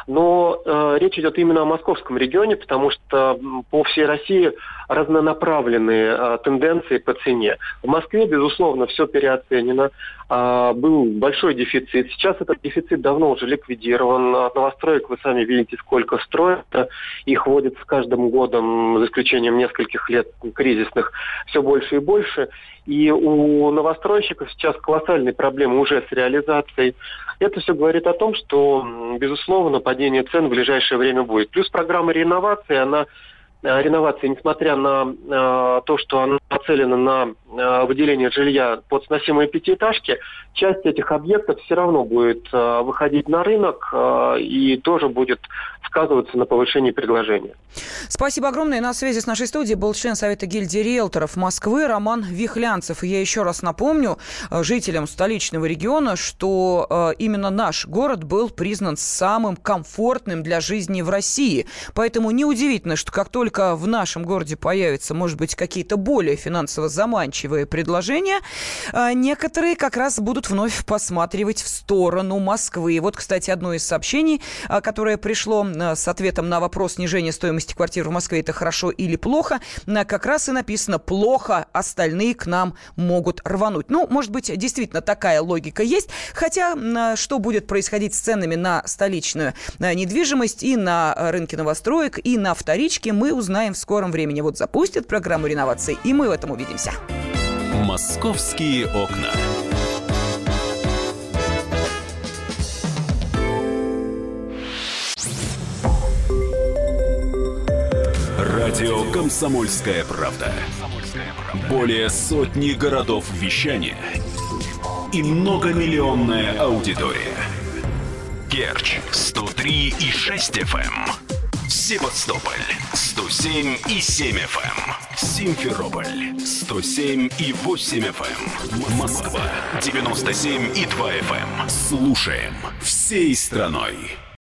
Но э, речь идет именно о московском регионе, потому что по всей России разнонаправленные э, тенденции по цене. В Москве, безусловно, все переоценено. Э, был большой дефицит. Сейчас этот дефицит давно уже ликвидирован. От новостроек вы сами видите, сколько строят. Их вводят с каждым годом, за исключением нескольких лет кризисных, все больше и больше. И у новостройщиков сейчас колоссальные проблемы уже с реализацией. Это все говорит о том, что, безусловно, падение цен в ближайшее время будет. Плюс программа реновации, она, реновации, несмотря на э, то, что она нацелена на э, выделение жилья под сносимые пятиэтажки, часть этих объектов все равно будет э, выходить на рынок э, и тоже будет сказываться на повышении предложения. Спасибо огромное. На связи с нашей студией был член Совета гильдии риэлторов Москвы Роман Вихлянцев. И я еще раз напомню жителям столичного региона, что э, именно наш город был признан самым комфортным для жизни в России. Поэтому неудивительно, что как только в нашем городе появятся, может быть, какие-то более финансово заманчивые предложения, э, некоторые как раз будут вновь посматривать в сторону Москвы. И вот, кстати, одно из сообщений, э, которое пришло с ответом на вопрос снижения стоимости квартир в Москве, это хорошо или плохо, как раз и написано «плохо, остальные к нам могут рвануть». Ну, может быть, действительно такая логика есть, хотя что будет происходить с ценами на столичную недвижимость и на рынке новостроек, и на вторичке, мы узнаем в скором времени. Вот запустят программу реновации, и мы в этом увидимся. «Московские окна». Радио «Комсомольская правда». Более сотни городов вещания и многомиллионная аудитория. Керчь сто три и шесть эф эм, Севастополь сто семь и семь эф эм, Симферополь сто семь и восемь эф эм, Москва девяносто семь и два эф эм. Слушаем всей страной.